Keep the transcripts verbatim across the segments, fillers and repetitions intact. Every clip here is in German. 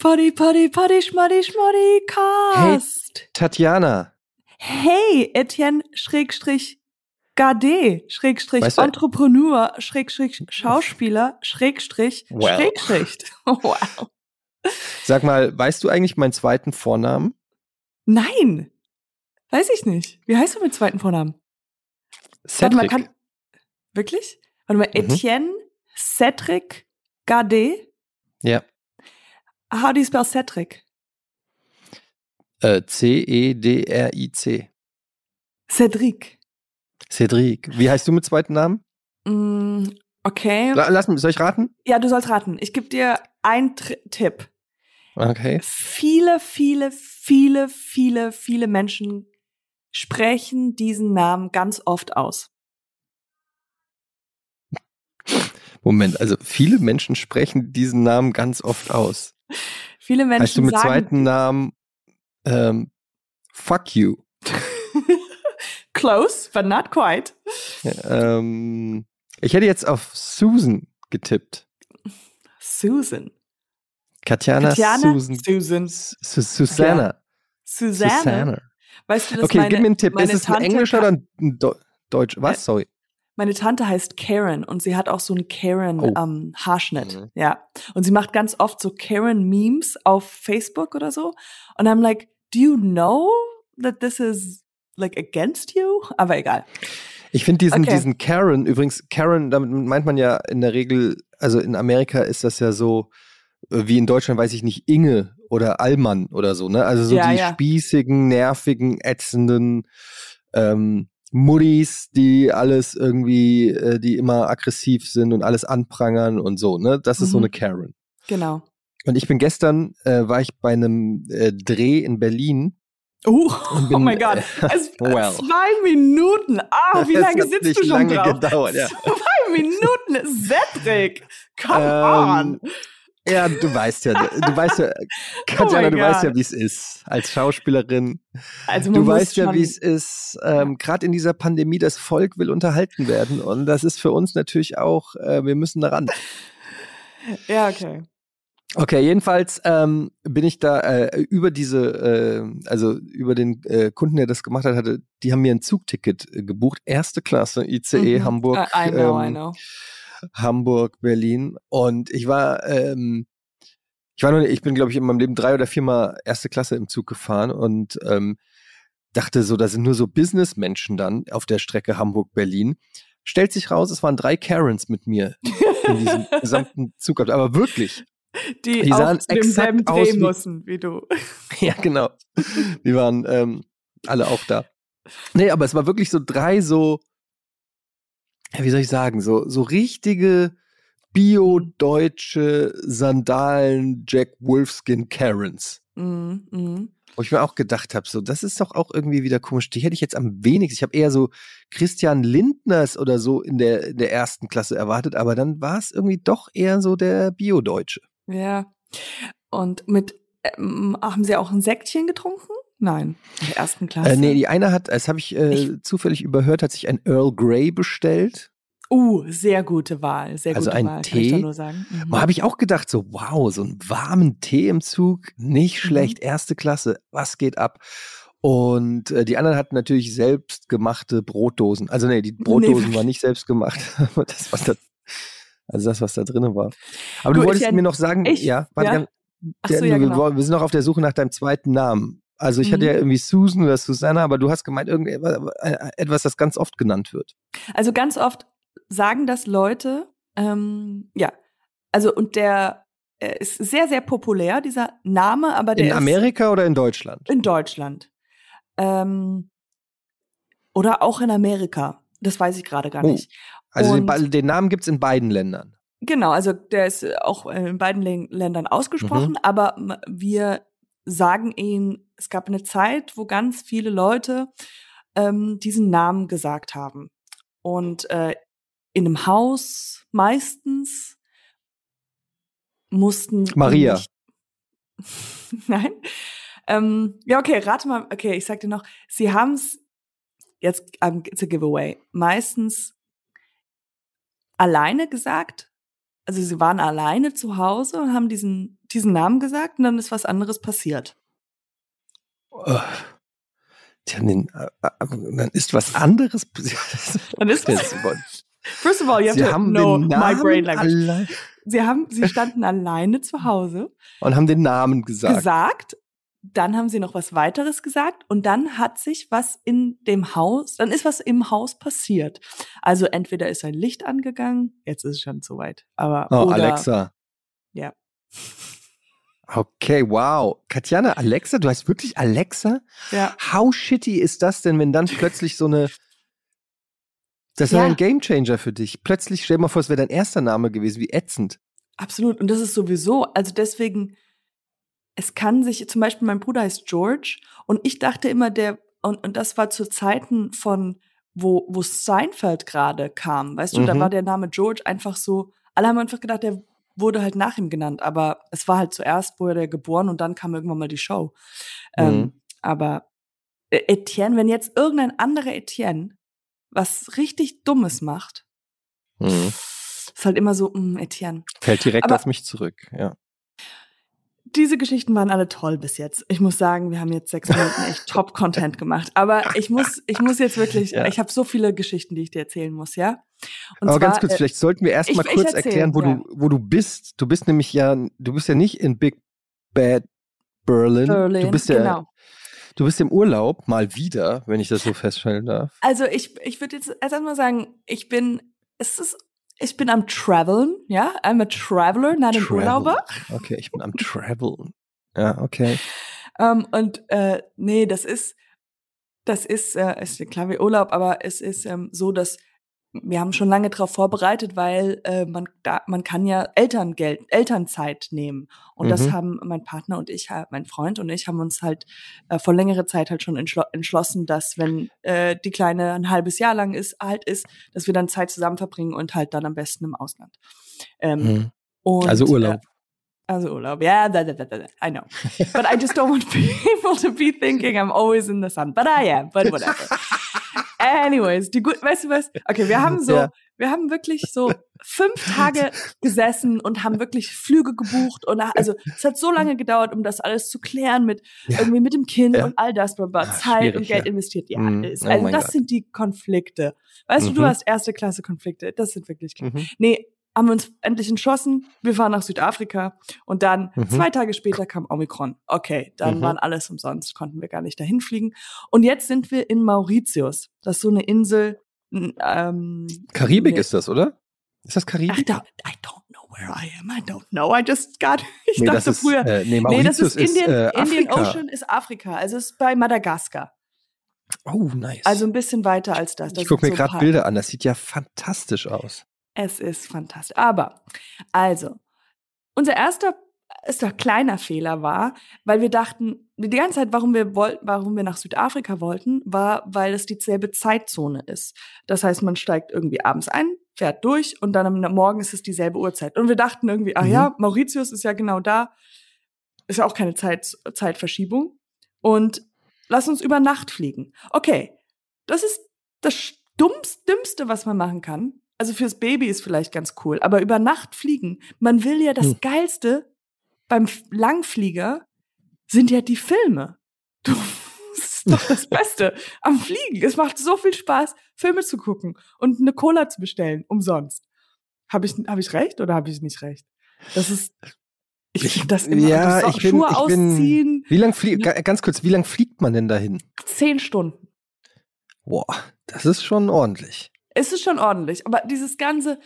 Poddy, Poddy, Poddy, Schmoddy, Schmoddy, Cast. Hey, Tatjana. Hey, Etienne, Schrägstrich, Gade, Schrägstrich, Weißt du- Entrepreneur, Schrägstrich, Schauspieler, Schrägstrich, Well. Schrägstrich. Wow. Sag mal, weißt du eigentlich meinen zweiten Vornamen? Nein, weiß ich nicht. Wie heißt du mit zweiten Vornamen? Cedric. Warte mal, kann, wirklich? Warte mal, Mhm. Etienne, Cedric, Gade. Ja. How do you spell Cedric? Äh, C E D R I C. Cedric. Cedric. Wie heißt du mit zweiten Namen? Mm, okay. La- Lass mich, soll ich raten? Ja, du sollst raten. Ich gebe dir einen Tri- Tipp. Okay. Viele, viele, viele, viele, viele Menschen sprechen diesen Namen ganz oft aus. Moment, also viele Menschen sprechen diesen Namen ganz oft aus. Viele Menschen Heißt du mit sagen zweiten Namen ähm, Fuck you? close, but not quite. Ja, ähm, ich hätte jetzt auf Susan getippt. Susan. Katjana, Tatjana, Susan. Susan. Su Susanna. Susanne. Susanna. Weißt du, dass Okay, meine, gib mir einen Tipp. meine Ist es ein Tante Englischer ka- oder ein Do Deutsch? Was? Sorry. Meine Tante heißt Karen und sie hat auch so einen Karen Oh. ähm, Haarschnitt. Mhm. Ja. Und sie macht ganz oft so Karen Memes auf Facebook oder so. Und I'm like, do you know that this is like against you? Aber egal. Ich finde diesen, Okay. diesen Karen, übrigens, Karen, damit meint man ja in der Regel, also in Amerika ist das ja so, äh, wie in Deutschland, weiß ich nicht, Inge oder Allmann oder so, ne? Also so Ja, die ja. spießigen, nervigen, ätzenden ähm, Muddies, die alles irgendwie, äh, die immer aggressiv sind und alles anprangern und so, ne? Das ist so Mhm. eine Karen. Genau. Und ich bin gestern, äh, war ich bei einem äh, Dreh in Berlin. Uh, Und bin, oh mein Gott. äh, Es, well. Zwei Minuten. Ah, wie Es lange hat sitzt nicht du schon lange drauf? gedauert, ja. Zwei Minuten. Cedric. Come Ähm, on. Ja, du weißt ja, du weißt ja, Katjana, Oh mein du weißt ja, God. wie es ist als Schauspielerin. Also man Du muss weißt ja, schon, wie es ist, ähm, gerade in dieser Pandemie, das Volk will unterhalten werden und das ist für uns natürlich auch, äh, wir müssen da ran. Ja, okay. Okay, jedenfalls ähm, bin ich da äh, über diese, äh, also über den äh, Kunden, der das gemacht hat, hatte, die haben mir ein Zugticket äh, gebucht, erste Klasse, I C E, Mhm. Hamburg, I, I know, I ähm, know. Hamburg, Berlin. Und ich war, ähm, ich war noch nicht, ich bin, glaube ich, in meinem Leben drei oder viermal erste Klasse im Zug gefahren und ähm, dachte so, da sind nur so Businessmenschen dann auf der Strecke Hamburg-Berlin. Stellt sich raus, es waren drei Karens mit mir in diesem gesamten Zug. Aber wirklich. Die, Die auch sahen zu demselben exakt aus Dreh wie- müssen, wie du. Ja, genau. Die waren ähm, alle auch da. Nee, aber es war wirklich so drei so, ja, wie soll ich sagen, so, so richtige bio-deutsche Sandalen Jack Wolfskin Karens. Mhm, mhm. Wo ich mir auch gedacht habe, so, das ist doch auch irgendwie wieder komisch. Die hätte ich jetzt am wenigsten. Ich habe eher so Christian Lindners oder so in der, in der ersten Klasse erwartet, aber dann war es irgendwie doch eher so der Bio-Deutsche. Ja. Und mit, ähm, haben sie auch ein Sektchen getrunken? Nein, in der ersten Klasse. Äh, nee, die eine hat, das habe ich, äh, Ich- zufällig überhört, hat sich ein Earl Grey bestellt. Uh, sehr gute Wahl, sehr Also gute ein Wahl, kann ich da Tee. nur sagen. Mhm. Da habe ich auch gedacht, so, wow, so einen warmen Tee im Zug, nicht schlecht, erste Klasse, was geht ab? Und äh, die anderen hatten natürlich selbstgemachte Brotdosen. Also nee, die Brotdosen Nee, waren nicht selbst gemacht, aber das, was da, also das, was da drin war. Aber Du, du wolltest Etienne, mir noch sagen, ich- ja, warte, ja? ganz- Ach so, der- ja, wir, genau. wollen- wir sind noch auf der Suche nach deinem zweiten Namen. Also ich hatte Mhm. ja irgendwie Susan oder Susanna, aber du hast gemeint, irgendetwas, das ganz oft genannt wird. Also ganz oft sagen das Leute, ähm, ja, also und der äh, ist sehr, sehr populär, dieser Name, aber der In ist Amerika oder in Deutschland? in Deutschland. Ähm, oder auch in Amerika. Das weiß ich gerade gar Oh. nicht. Also den, Und- Ba- den Namen gibt's in beiden Ländern. Genau, also der ist auch in beiden Län- Ländern ausgesprochen, Mhm. aber m- wir sagen ihn, es gab eine Zeit, wo ganz viele Leute ähm, diesen Namen gesagt haben. Und äh, in einem Haus meistens mussten die Maria. Nicht Nein. Ähm, ja, okay, rate mal. Okay, ich sag dir noch, sie haben's jetzt, um, it's a giveaway, meistens alleine gesagt. Also sie waren alleine zu Hause und haben diesen diesen Namen gesagt und dann ist was anderes passiert. Oh. Die haben den, äh, dann ist was anderes passiert. Dann ist was. First of all, you have Sie to haben know den my Namen brain language. alle- Sie haben, sie standen alleine zu Hause, und haben den Namen gesagt. gesagt, dann haben sie noch was weiteres gesagt und dann hat sich was in dem Haus, dann ist was im Haus passiert. Also entweder ist ein Licht angegangen, jetzt ist es schon zu weit, aber Oh, oder Alexa. ja. Okay, wow. Katjana, Alexa? Du heißt wirklich Alexa? Ja. How shitty ist das denn, wenn dann plötzlich so eine... Das ist Ja. ein Gamechanger für dich. Plötzlich, stell dir mal vor, es wäre dein erster Name gewesen, wie ätzend. Absolut. Und das ist sowieso, also deswegen, es kann sich, zum Beispiel mein Bruder heißt George und ich dachte immer, der, und, und das war zu Zeiten von, wo, wo Seinfeld gerade kam, weißt du, Mhm. da war der Name George einfach so, alle haben einfach gedacht, der wurde halt nach ihm genannt, aber es war halt zuerst, wurde er geboren und dann kam irgendwann mal die Show. Mhm. Ähm, aber äh, Etienne, wenn jetzt irgendein anderer Etienne was richtig Dummes macht, Mhm. ist halt immer so, mh, Etienne. Fällt direkt Aber- auf mich zurück, ja. Diese Geschichten waren alle toll bis jetzt. Ich muss sagen, wir haben jetzt sechs Minuten echt Top-Content gemacht. Aber ich muss, ich muss jetzt wirklich, Ja. ich habe so viele Geschichten, die ich dir erzählen muss, ja? Und Aber zwar, ganz kurz, äh, vielleicht sollten wir erst ich- mal ich kurz erzähl, erklären, wo ja. du, wo du bist. Du bist nämlich ja, du bist ja nicht in Big Bad Berlin. Berlin, du bist ja, genau. du bist im Urlaub, mal wieder, wenn ich das so feststellen darf. Also ich, ich würde jetzt erst einmal sagen, ich bin, es ist, ich bin am Traveln, ja? I'm a traveler, not an Travel. Urlauber. Okay, ich bin am Traveln. Ja, okay. Ähm, und äh, nee, das ist, das ist, äh, ist klar wie Urlaub, aber es ist ähm, so, dass wir haben schon lange darauf vorbereitet, weil äh, man da, man kann ja Elterngeld, Elternzeit nehmen. Und Mhm. das haben mein Partner und ich, mein Freund und ich haben uns halt äh, vor längerer Zeit halt schon entschlo entschlossen, dass wenn äh, die Kleine ein halbes Jahr lang ist, alt ist, dass wir dann Zeit zusammen verbringen und halt dann am besten im Ausland. Ähm, Mhm. und, Also Urlaub. Äh, also Urlaub, ja, da, da, da, da, I know. But I just don't want people to be thinking I'm always in the sun. But I am, but whatever. Anyways, die gut, weißt du was? Okay, wir haben so, Ja. wir haben wirklich so fünf Tage gesessen und haben wirklich Flüge gebucht und nach, also es hat so lange gedauert, um das alles zu klären mit Ja. irgendwie mit dem Kind Ja. und all das, bla, bla, Ah, Zeit schwierig, und Geld ja. investiert. Ja, Mhm. ist, Oh also mein das Gott. sind die Konflikte. Weißt du, du Mhm. hast erste Klasse Konflikte. Das sind wirklich klar. Mhm. Nee, haben wir uns endlich entschlossen, wir fahren nach Südafrika und dann Mhm. zwei Tage später kam Omikron. Okay, dann Mhm. waren alles umsonst, konnten wir gar nicht dahin fliegen. Und jetzt sind wir in Mauritius. Das ist so eine Insel. n- Ähm, Karibik ne- ist das, oder? Ist das Ach, Karibik? da, I don't know where I am. I don't know. I just got. Ich Nee, dachte das ist, früher. äh, nee, nee, Mauritius das ist Indian, äh, Indian Afrika. Ocean ist Afrika. Also es ist bei Madagaskar. Oh, nice. Also ein bisschen weiter als das. das ich gucke mir sind so ein gerade paar- Bilder an. Das sieht ja fantastisch aus. Es ist fantastisch. Aber, also, unser erster, erster kleiner Fehler war, weil wir dachten, die ganze Zeit, warum wir wollten, warum wir nach Südafrika wollten, war, weil es dieselbe Zeitzone ist. Das heißt, man steigt irgendwie abends ein, fährt durch und dann am Morgen ist es dieselbe Uhrzeit. Und wir dachten irgendwie, ah Mhm. ja, Mauritius ist ja genau da. Ist ja auch keine Zeit, Zeitverschiebung. Und lass uns über Nacht fliegen. Okay, das ist das Dummste, Dümmste, was man machen kann. Also fürs Baby ist vielleicht ganz cool, aber über Nacht fliegen, man will ja das Hm. Geilste beim F- Langflieger sind ja die Filme. Du, das ist doch das Beste am Fliegen. Es macht so viel Spaß, Filme zu gucken und eine Cola zu bestellen, umsonst. Habe ich, hab ich recht oder habe ich nicht recht? Das ist, ich Ich- finde das immer, ja, und das ich bin- Schuhe ich bin- ausziehen, Wie lang fliegt, ga- ganz kurz, wie lang fliegt man denn dahin? zehn Stunden. Boah, das ist schon ordentlich. Es ist schon ordentlich, aber dieses ganze,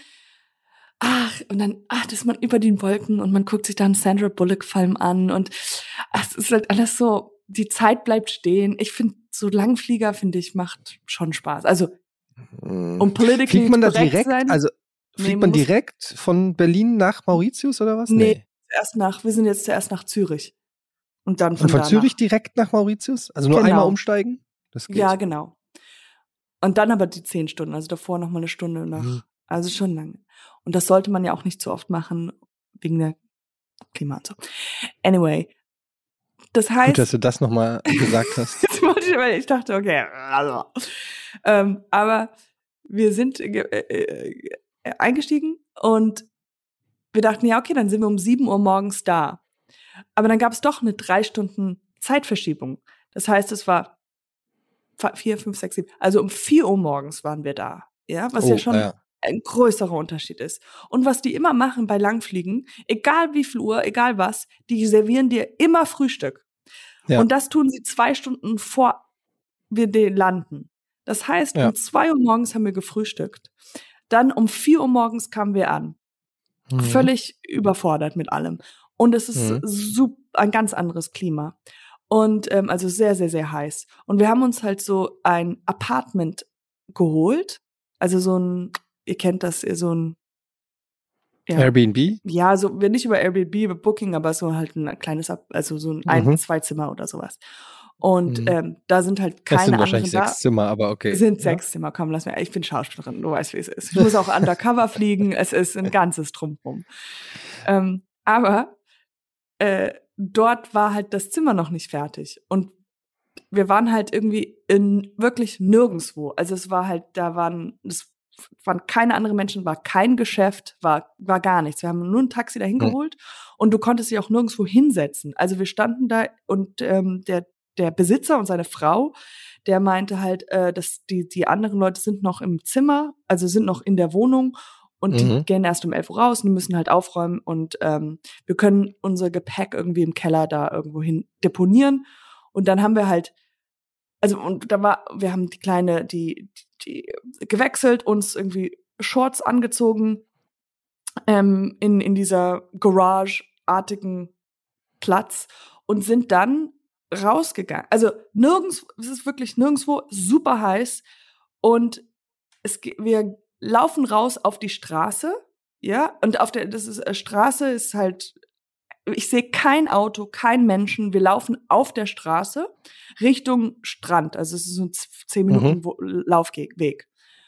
ach, und dann, ach, dass man über den Wolken und man guckt sich dann Sandra Bullock-Film an und ach, es ist halt alles so, die Zeit bleibt stehen. Ich finde, so Langflieger, finde ich, macht schon Spaß. Also, Hm. um politically Fliegt man da korrekt direkt, zu sein, also Nee, fliegt man man muss- direkt von Berlin nach Mauritius oder was? Nee. erst nach, wir sind jetzt zuerst nach Zürich. Und dann von, Und von danach. Zürich direkt nach Mauritius? Also nur Genau. einmal umsteigen? Das geht. Ja, genau. Und dann aber die zehn Stunden, also davor noch mal eine Stunde nach. Mhm. Also schon lange. Und das sollte man ja auch nicht zu oft machen, wegen der Klima und so. Anyway. Das heißt, Gut, dass du das nochmal gesagt hast. jetzt wollte ich, weil ich dachte, okay. Also. Ähm, aber wir sind äh, äh, eingestiegen und wir dachten, ja, okay, dann sind wir um sieben Uhr morgens da. Aber dann gab es doch eine drei Stunden Zeitverschiebung. Das heißt, es war vier, fünf, sechs, sieben. Also um vier Uhr morgens waren wir da. Ja, was Oh, ja schon ja. ein größerer Unterschied ist. Und was die immer machen bei Langfliegen, egal wie viel Uhr, egal was, die servieren dir immer Frühstück. Ja. Und das tun sie zwei Stunden vor wir landen. Das heißt, Ja. um zwei Uhr morgens haben wir gefrühstückt. Dann um vier Uhr morgens kamen wir an. Mhm. Völlig überfordert mit allem. Und es ist Mhm. super, ein ganz anderes Klima. Und ähm, also sehr, sehr, sehr heiß. Und wir haben uns halt so ein Apartment geholt. Also so ein, ihr kennt das, so ein ja, Airbnb? Ja, so wir nicht über Airbnb, über Booking, aber so halt ein kleines, also so ein, ein Mhm. zwei Zimmer oder sowas. Und Mhm. ähm, da sind halt Das keine sind anderen wahrscheinlich da. sechs Zimmer, aber okay. Sind Ja. sechs Zimmer, komm, lass mir, ich bin Schauspielerin, du weißt, wie es ist. Ich muss auch undercover fliegen, es ist ein ganzes Drumherum. Ähm, aber äh, dort war halt das Zimmer noch nicht fertig. Und wir waren halt irgendwie in wirklich nirgendwo. Also es war halt, da waren, es waren keine anderen Menschen, war kein Geschäft, war, war gar nichts. Wir haben nur ein Taxi dahin Mhm. geholt und du konntest dich auch nirgendwo hinsetzen. Also wir standen da und ähm, der, der Besitzer und seine Frau, der meinte halt, äh, dass die, die anderen Leute sind noch im Zimmer, also sind noch in der Wohnung und die Mhm. gehen erst um elf Uhr raus und die müssen halt aufräumen und ähm, wir können unser Gepäck irgendwie im Keller da irgendwo hin deponieren. Und dann haben wir halt, also und da war, wir haben die kleine, die, die, die gewechselt, uns irgendwie Shorts angezogen, ähm, in, in dieser Garage-artigen Platz und sind dann rausgegangen. Also nirgends, es ist wirklich nirgendwo super heiß und es, wir laufen raus auf die Straße, ja, und auf der, das ist, äh, Straße ist halt, ich sehe kein Auto, kein Menschen. Wir laufen auf der Straße Richtung Strand. Also es ist so ein zehn Minuten Mhm. Laufweg.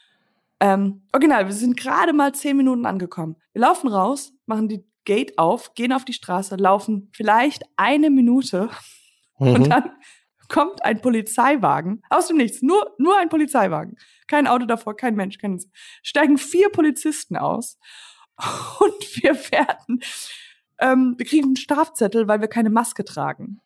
Ähm, original, wir sind gerade mal zehn Minuten angekommen. Wir laufen raus, machen die Gate auf, gehen auf die Straße, laufen vielleicht eine Minute Mhm. und dann kommt ein Polizeiwagen aus dem Nichts. Nur, nur ein Polizeiwagen. Kein Auto davor, kein Mensch. Kein, steigen vier Polizisten aus und wir werden Ähm, wir kriegen einen Strafzettel, weil wir keine Maske tragen.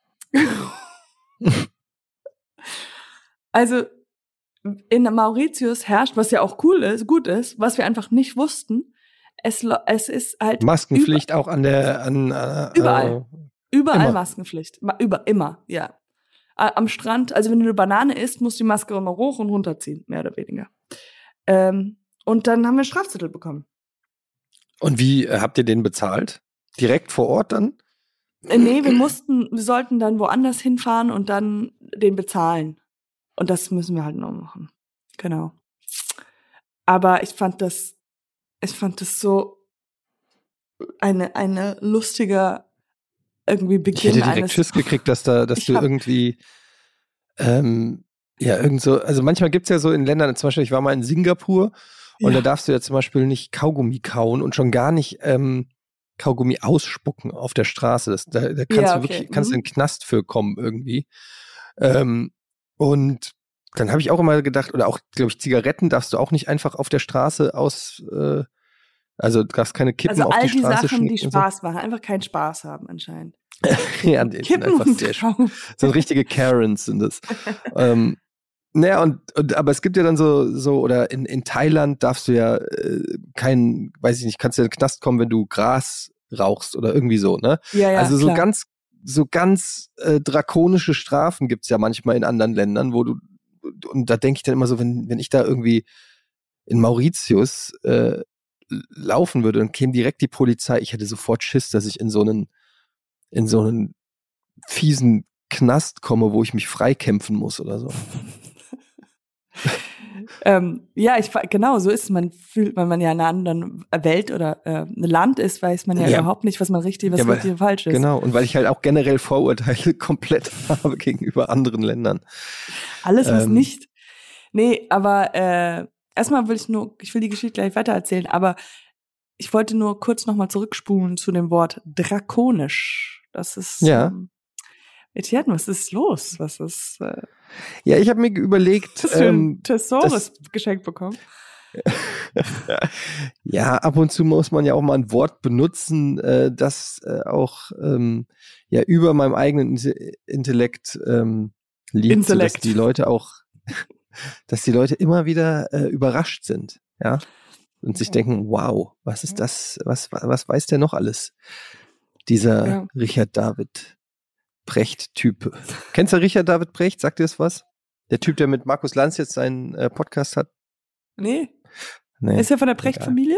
Also in Mauritius herrscht, was ja auch cool ist, gut ist, was wir einfach nicht wussten. Es, es ist halt Maskenpflicht auch an der an äh, überall, überall immer. Maskenpflicht, über immer, ja. Am Strand, also wenn du eine Banane isst, musst du die Maske immer hoch und runterziehen, mehr oder weniger. Ähm, und dann haben wir einen Strafzettel bekommen. Und wie äh, habt ihr den bezahlt? Direkt vor Ort dann? Äh, nee, wir mussten, wir sollten dann woanders hinfahren und dann den bezahlen. Und das müssen wir halt noch machen. Genau. Aber ich fand das, ich fand das so eine, eine lustige irgendwie Ich Beginn hätte direkt eines. Schiss gekriegt, dass da, dass Ich du hab- irgendwie ähm, ja, irgend so, also manchmal gibt's ja so in Ländern, zum Beispiel, ich war mal in Singapur und Ja. da darfst du ja zum Beispiel nicht Kaugummi kauen und schon gar nicht ähm, Kaugummi ausspucken auf der Straße. Das, da, da kannst Ja, du okay. wirklich, kannst du Mhm. in den Knast für kommen irgendwie. Ähm, und dann habe ich auch immer gedacht, oder auch, glaube ich, Zigaretten darfst du auch nicht einfach auf der Straße aus, äh, also du darfst keine Kippen Also auf all die die Straße Sachen, die schnicken und so. Spaß machen, einfach keinen Spaß haben anscheinend. Ja, die sind Kippen einfach und sehr Traum. so richtige Karens sind das. ähm, naja, und, und aber es gibt ja dann so, so oder in, in Thailand darfst du ja äh, kein, weiß ich nicht, kannst du in den Knast kommen, wenn du Gras rauchst oder irgendwie so, ne? Ja, ja, also so klar. ganz, so ganz äh, drakonische Strafen gibt's ja manchmal in anderen Ländern, wo du, und da denke ich dann immer so, wenn, wenn ich da irgendwie in Mauritius äh, laufen würde, dann käme direkt die Polizei, ich hätte sofort Schiss, dass ich in so einen, in so einen fiesen Knast komme, wo ich mich freikämpfen muss oder so. ähm, ja, ich genau, so ist es. Man fühlt, wenn man ja in einer anderen Welt oder äh, ein Land ist, weiß man ja, Ja. überhaupt nicht, was man richtig, was Ja, weil- richtig und falsch ist. Genau, und weil ich halt auch generell Vorurteile komplett habe gegenüber anderen Ländern. Alles, was Ähm. nicht. Nee, aber äh, erstmal will ich nur, ich will die Geschichte gleich weitererzählen, aber ich wollte nur kurz nochmal zurückspulen zu dem Wort drakonisch. Das ist, Ja. ähm, Etienne, was ist los? Was ist, äh, Ja, ich habe mir überlegt, was für ähm, ein Thesaurus geschenkt bekommen? Ja, ab und zu muss man ja auch mal ein Wort benutzen, äh, das äh, auch ähm, ja über meinem eigenen Intellekt ähm, liegt, sodass die Leute auch, dass die Leute immer wieder äh, überrascht sind, ja, und sich denken, wow, was ist das, was, was weiß der noch alles? Dieser ja. Richard David Precht-Typ. Kennst du Richard David Precht? Sagt dir das was? Der Typ, der mit Markus Lanz jetzt seinen äh, Podcast hat? Nee. nee. Ist er von der Precht-Familie?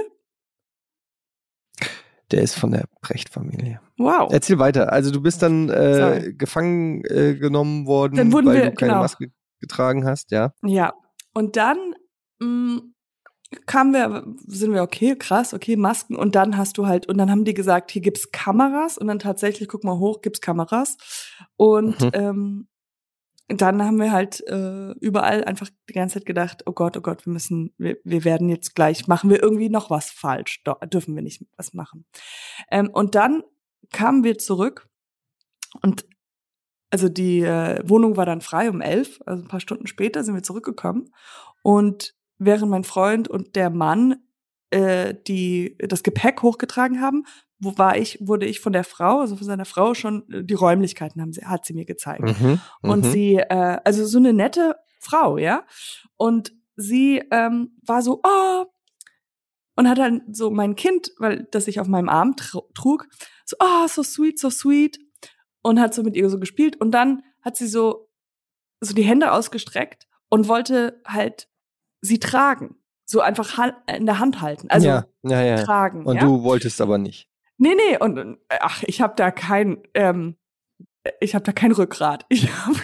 Der ist von der Precht-Familie. Wow. Erzähl weiter. Also du bist dann äh, gefangen äh, genommen worden, dann wurden weil wir, du keine genau. Maske getragen hast, ja? Ja. Und dann mh, kamen wir, sind wir okay, krass, okay, Masken. Und dann hast du halt, und dann haben die gesagt, hier gibt's Kameras. Und dann tatsächlich, guck mal hoch, gibt's Kameras. Und mhm. ähm, dann haben wir halt äh, überall einfach die ganze Zeit gedacht, oh Gott, oh Gott, wir müssen, wir, wir werden jetzt gleich, machen wir irgendwie noch was falsch, da dürfen wir nicht was machen. Ähm, und dann kamen wir zurück und also die äh, Wohnung war dann frei um elf, also ein paar Stunden später sind wir zurückgekommen und während mein Freund und der Mann äh, die das Gepäck hochgetragen haben, wo war ich, wurde ich von der Frau, also von seiner Frau schon, die Räumlichkeiten haben sie, hat sie mir gezeigt. Mhm, und mhm. sie, äh, also so eine nette Frau, ja. Und sie ähm, war so, oh, und hat dann so mein Kind, weil das ich auf meinem Arm tr- trug, so, oh, so sweet, so sweet. Und hat so mit ihr so gespielt. Und dann hat sie so, so die Hände ausgestreckt und wollte halt sie tragen. So einfach in der Hand halten. Also ja, ja, ja. tragen. Und ja? du wolltest aber nicht. Nee, nee, und ach, ich habe da kein, ähm, ich habe da kein Rückgrat. Ich habe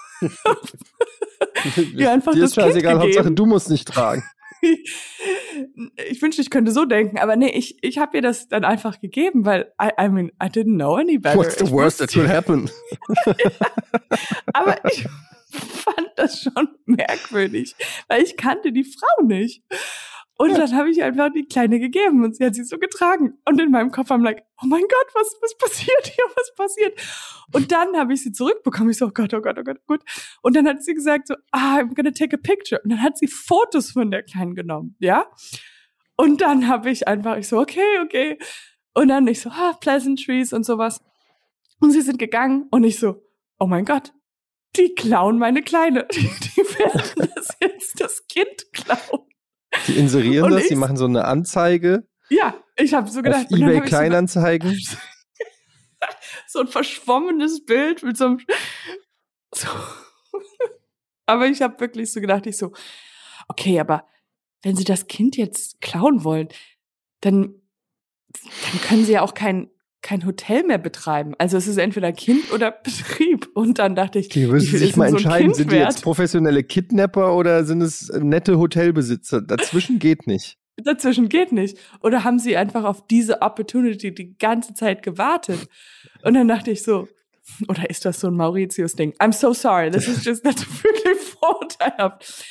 ja, einfach Dir das ist scheißegal, Kind Hauptsache du musst nicht tragen. Ich wünschte, ich könnte so denken, aber nee, ich, ich habe ihr das dann einfach gegeben, weil I, I mean, I didn't know any better. What's the worst that could happen? Ja, aber ich fand das schon merkwürdig, weil ich kannte die Frau nicht. Und ja. dann habe ich einfach die Kleine gegeben und sie hat sie so getragen. Und in meinem Kopf war ich like, oh mein Gott, was, was passiert hier, was passiert? Und dann habe ich sie zurückbekommen. Ich so, oh Gott, oh Gott, oh Gott, gut. Und dann hat sie gesagt so, ah, I'm gonna take a picture. Und dann hat sie Fotos von der Kleinen genommen, ja? Und dann habe ich einfach, ich so, okay, okay. Und dann ich so, ah, Pleasantries und sowas. Und sie sind gegangen und ich so, oh mein Gott, die klauen meine Kleine. Die, die werden das jetzt das Kind klauen. Die inserieren und das, ich, die machen so eine Anzeige. Ja, ich habe so gedacht. Auf eBay Kleinanzeigen. So, so ein verschwommenes Bild mit so einem. So. Aber ich habe wirklich so gedacht, ich so, okay, aber wenn sie das Kind jetzt klauen wollen, dann, dann können sie ja auch kein kein Hotel mehr betreiben. Also es ist entweder Kind oder Betrieb. Und dann dachte ich, die müssen sich mal so entscheiden, sind die jetzt professionelle Kidnapper oder sind es nette Hotelbesitzer? Dazwischen geht nicht. Dazwischen geht nicht. Oder haben sie einfach auf diese Opportunity die ganze Zeit gewartet? Und dann dachte ich so, oder ist das so ein Mauritius-Ding? I'm so sorry, this is just, that's wirklich vorteilhaft.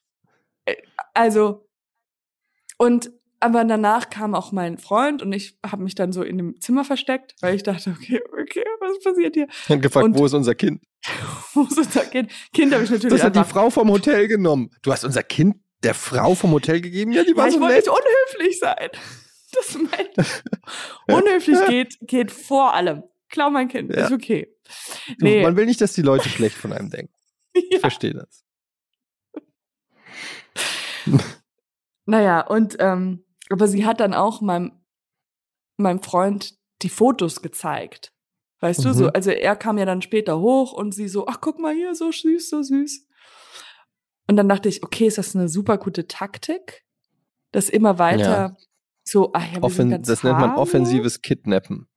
Also, und aber danach kam auch mein Freund und ich habe mich dann so in dem Zimmer versteckt, weil ich dachte, okay, okay, was passiert hier? Und gefragt, und, wo ist unser Kind? Wo ist unser Kind? Kind habe ich natürlich Das hat die Frau vom Hotel genommen. Du hast unser Kind der Frau vom Hotel gegeben? Ja, die war ja, so ich wollte nett. nicht unhöflich sein. Das mein Unhöflich ja. geht, geht vor allem. Klau mein Kind, ja. ist okay. Nee. Man will nicht, dass die Leute schlecht von einem denken. Ja. Ich verstehe das. Naja, und ähm, aber sie hat dann auch meinem, meinem Freund die Fotos gezeigt. Weißt mhm. du, so, also er kam ja dann später hoch und sie so, ach, guck mal hier, so süß, so süß. Und dann dachte ich, okay, ist das eine super gute Taktik? Das immer weiter ja. so, ach ja, wir Offen- sind ganz Das nennt man offensives Kidnappen.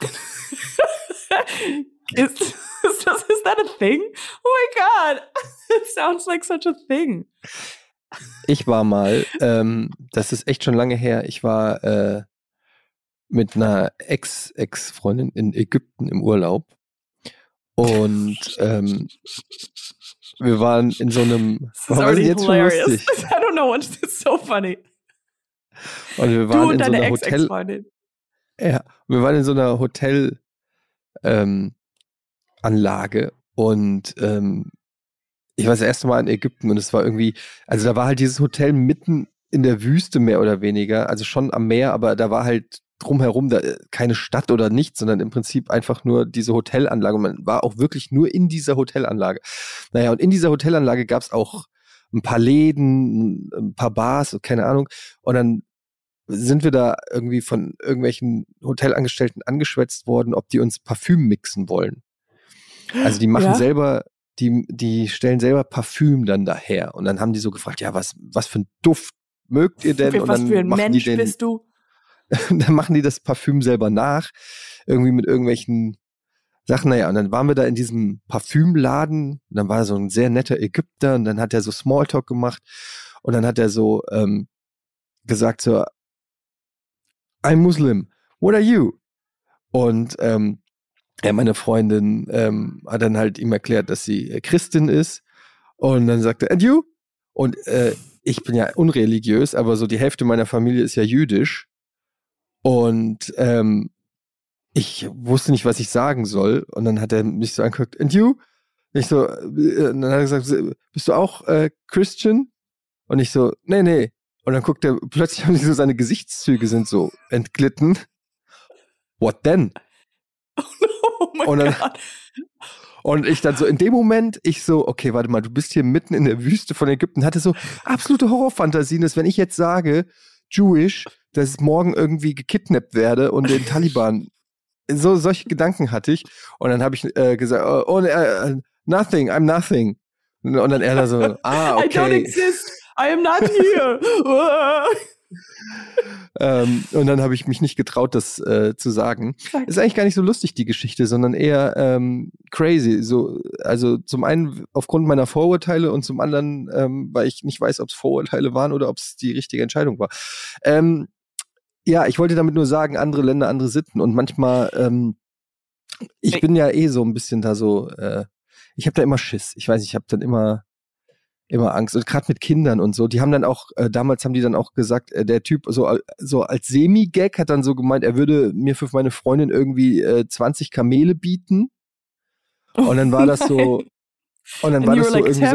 ist, ist, das, is that a thing? Oh my God, it sounds like such a thing. Ich war mal, ähm, das ist echt schon lange her, ich war äh, mit einer Ex-Ex-Freundin in Ägypten im Urlaub und ähm, wir waren in so einem, warum ist jetzt hilarious. Schon lustig? I don't know, it's so funny. Und wir waren du und in deine so einer Ex-Ex-Freundin. Hotel, ja, wir waren in so einer Hotel ähm, Anlage und ähm, ich war das erste Mal in Ägypten und es war irgendwie, also da war halt dieses Hotel mitten in der Wüste mehr oder weniger, also schon am Meer, aber da war halt drumherum da keine Stadt oder nichts, sondern im Prinzip einfach nur diese Hotelanlage. Und man war auch wirklich nur in dieser Hotelanlage. Naja, und in dieser Hotelanlage gab es auch ein paar Läden, ein paar Bars, keine Ahnung. Und dann sind wir da irgendwie von irgendwelchen Hotelangestellten angeschwätzt worden, ob die uns Parfüm mixen wollen. Also die machen ja. selber, die, die stellen selber Parfüm dann daher. Und dann haben die so gefragt, ja, was, was für ein Duft mögt ihr denn? Für und was dann für ein machen Mensch die den, bist du? dann machen die das Parfüm selber nach, irgendwie mit irgendwelchen Sachen. Naja, und dann waren wir da in diesem Parfümladen. Und dann war so ein sehr netter Ägypter und dann hat er so Smalltalk gemacht. Und dann hat er so ähm, gesagt so, I'm Muslim, what are you? Und ähm, ja, meine Freundin ähm, hat dann halt ihm erklärt, dass sie äh, Christin ist. Und dann sagte er, and you? Und äh, ich bin ja unreligiös, aber so die Hälfte meiner Familie ist ja jüdisch. Und ähm, ich wusste nicht, was ich sagen soll. Und dann hat er mich so angeguckt, and you? Und ich so, äh, dann hat er gesagt, bist du auch äh, Christian? Und ich so, nee, nee. Und dann guckt er, plötzlich haben sich so seine Gesichtszüge sind so entglitten. What then? Oh mein und dann, Gott. Und ich dann so, in dem Moment, ich so, okay, warte mal, du bist hier mitten in der Wüste von Ägypten, hatte so absolute Horrorfantasien, dass wenn ich jetzt sage, Jewish, dass ich morgen irgendwie gekidnappt werde und den Taliban, so solche Gedanken hatte ich. Und dann habe ich äh, gesagt, oh, oh uh, nothing, I'm nothing. Und dann er da so, ah, okay. I don't exist, I am not here. ähm, und dann habe ich mich nicht getraut, das äh, zu sagen. Okay. Ist eigentlich gar nicht so lustig, die Geschichte, sondern eher ähm, crazy. So, also zum einen aufgrund meiner Vorurteile und zum anderen, ähm, weil ich nicht weiß, ob es Vorurteile waren oder ob es die richtige Entscheidung war. Ähm, ja, ich wollte damit nur sagen, andere Länder, andere Sitten. Und manchmal, ähm, ich bin ja eh so ein bisschen da so, äh, ich habe da immer Schiss. Ich weiß, ich habe dann immer immer Angst. Und gerade mit Kindern und so, die haben dann auch, äh, damals haben die dann auch gesagt, äh, der Typ so, so als Semi-Gag hat dann so gemeint, er würde mir für meine Freundin irgendwie äh, zwanzig Kamele bieten. Und dann war das so, und dann war das so like irgendwie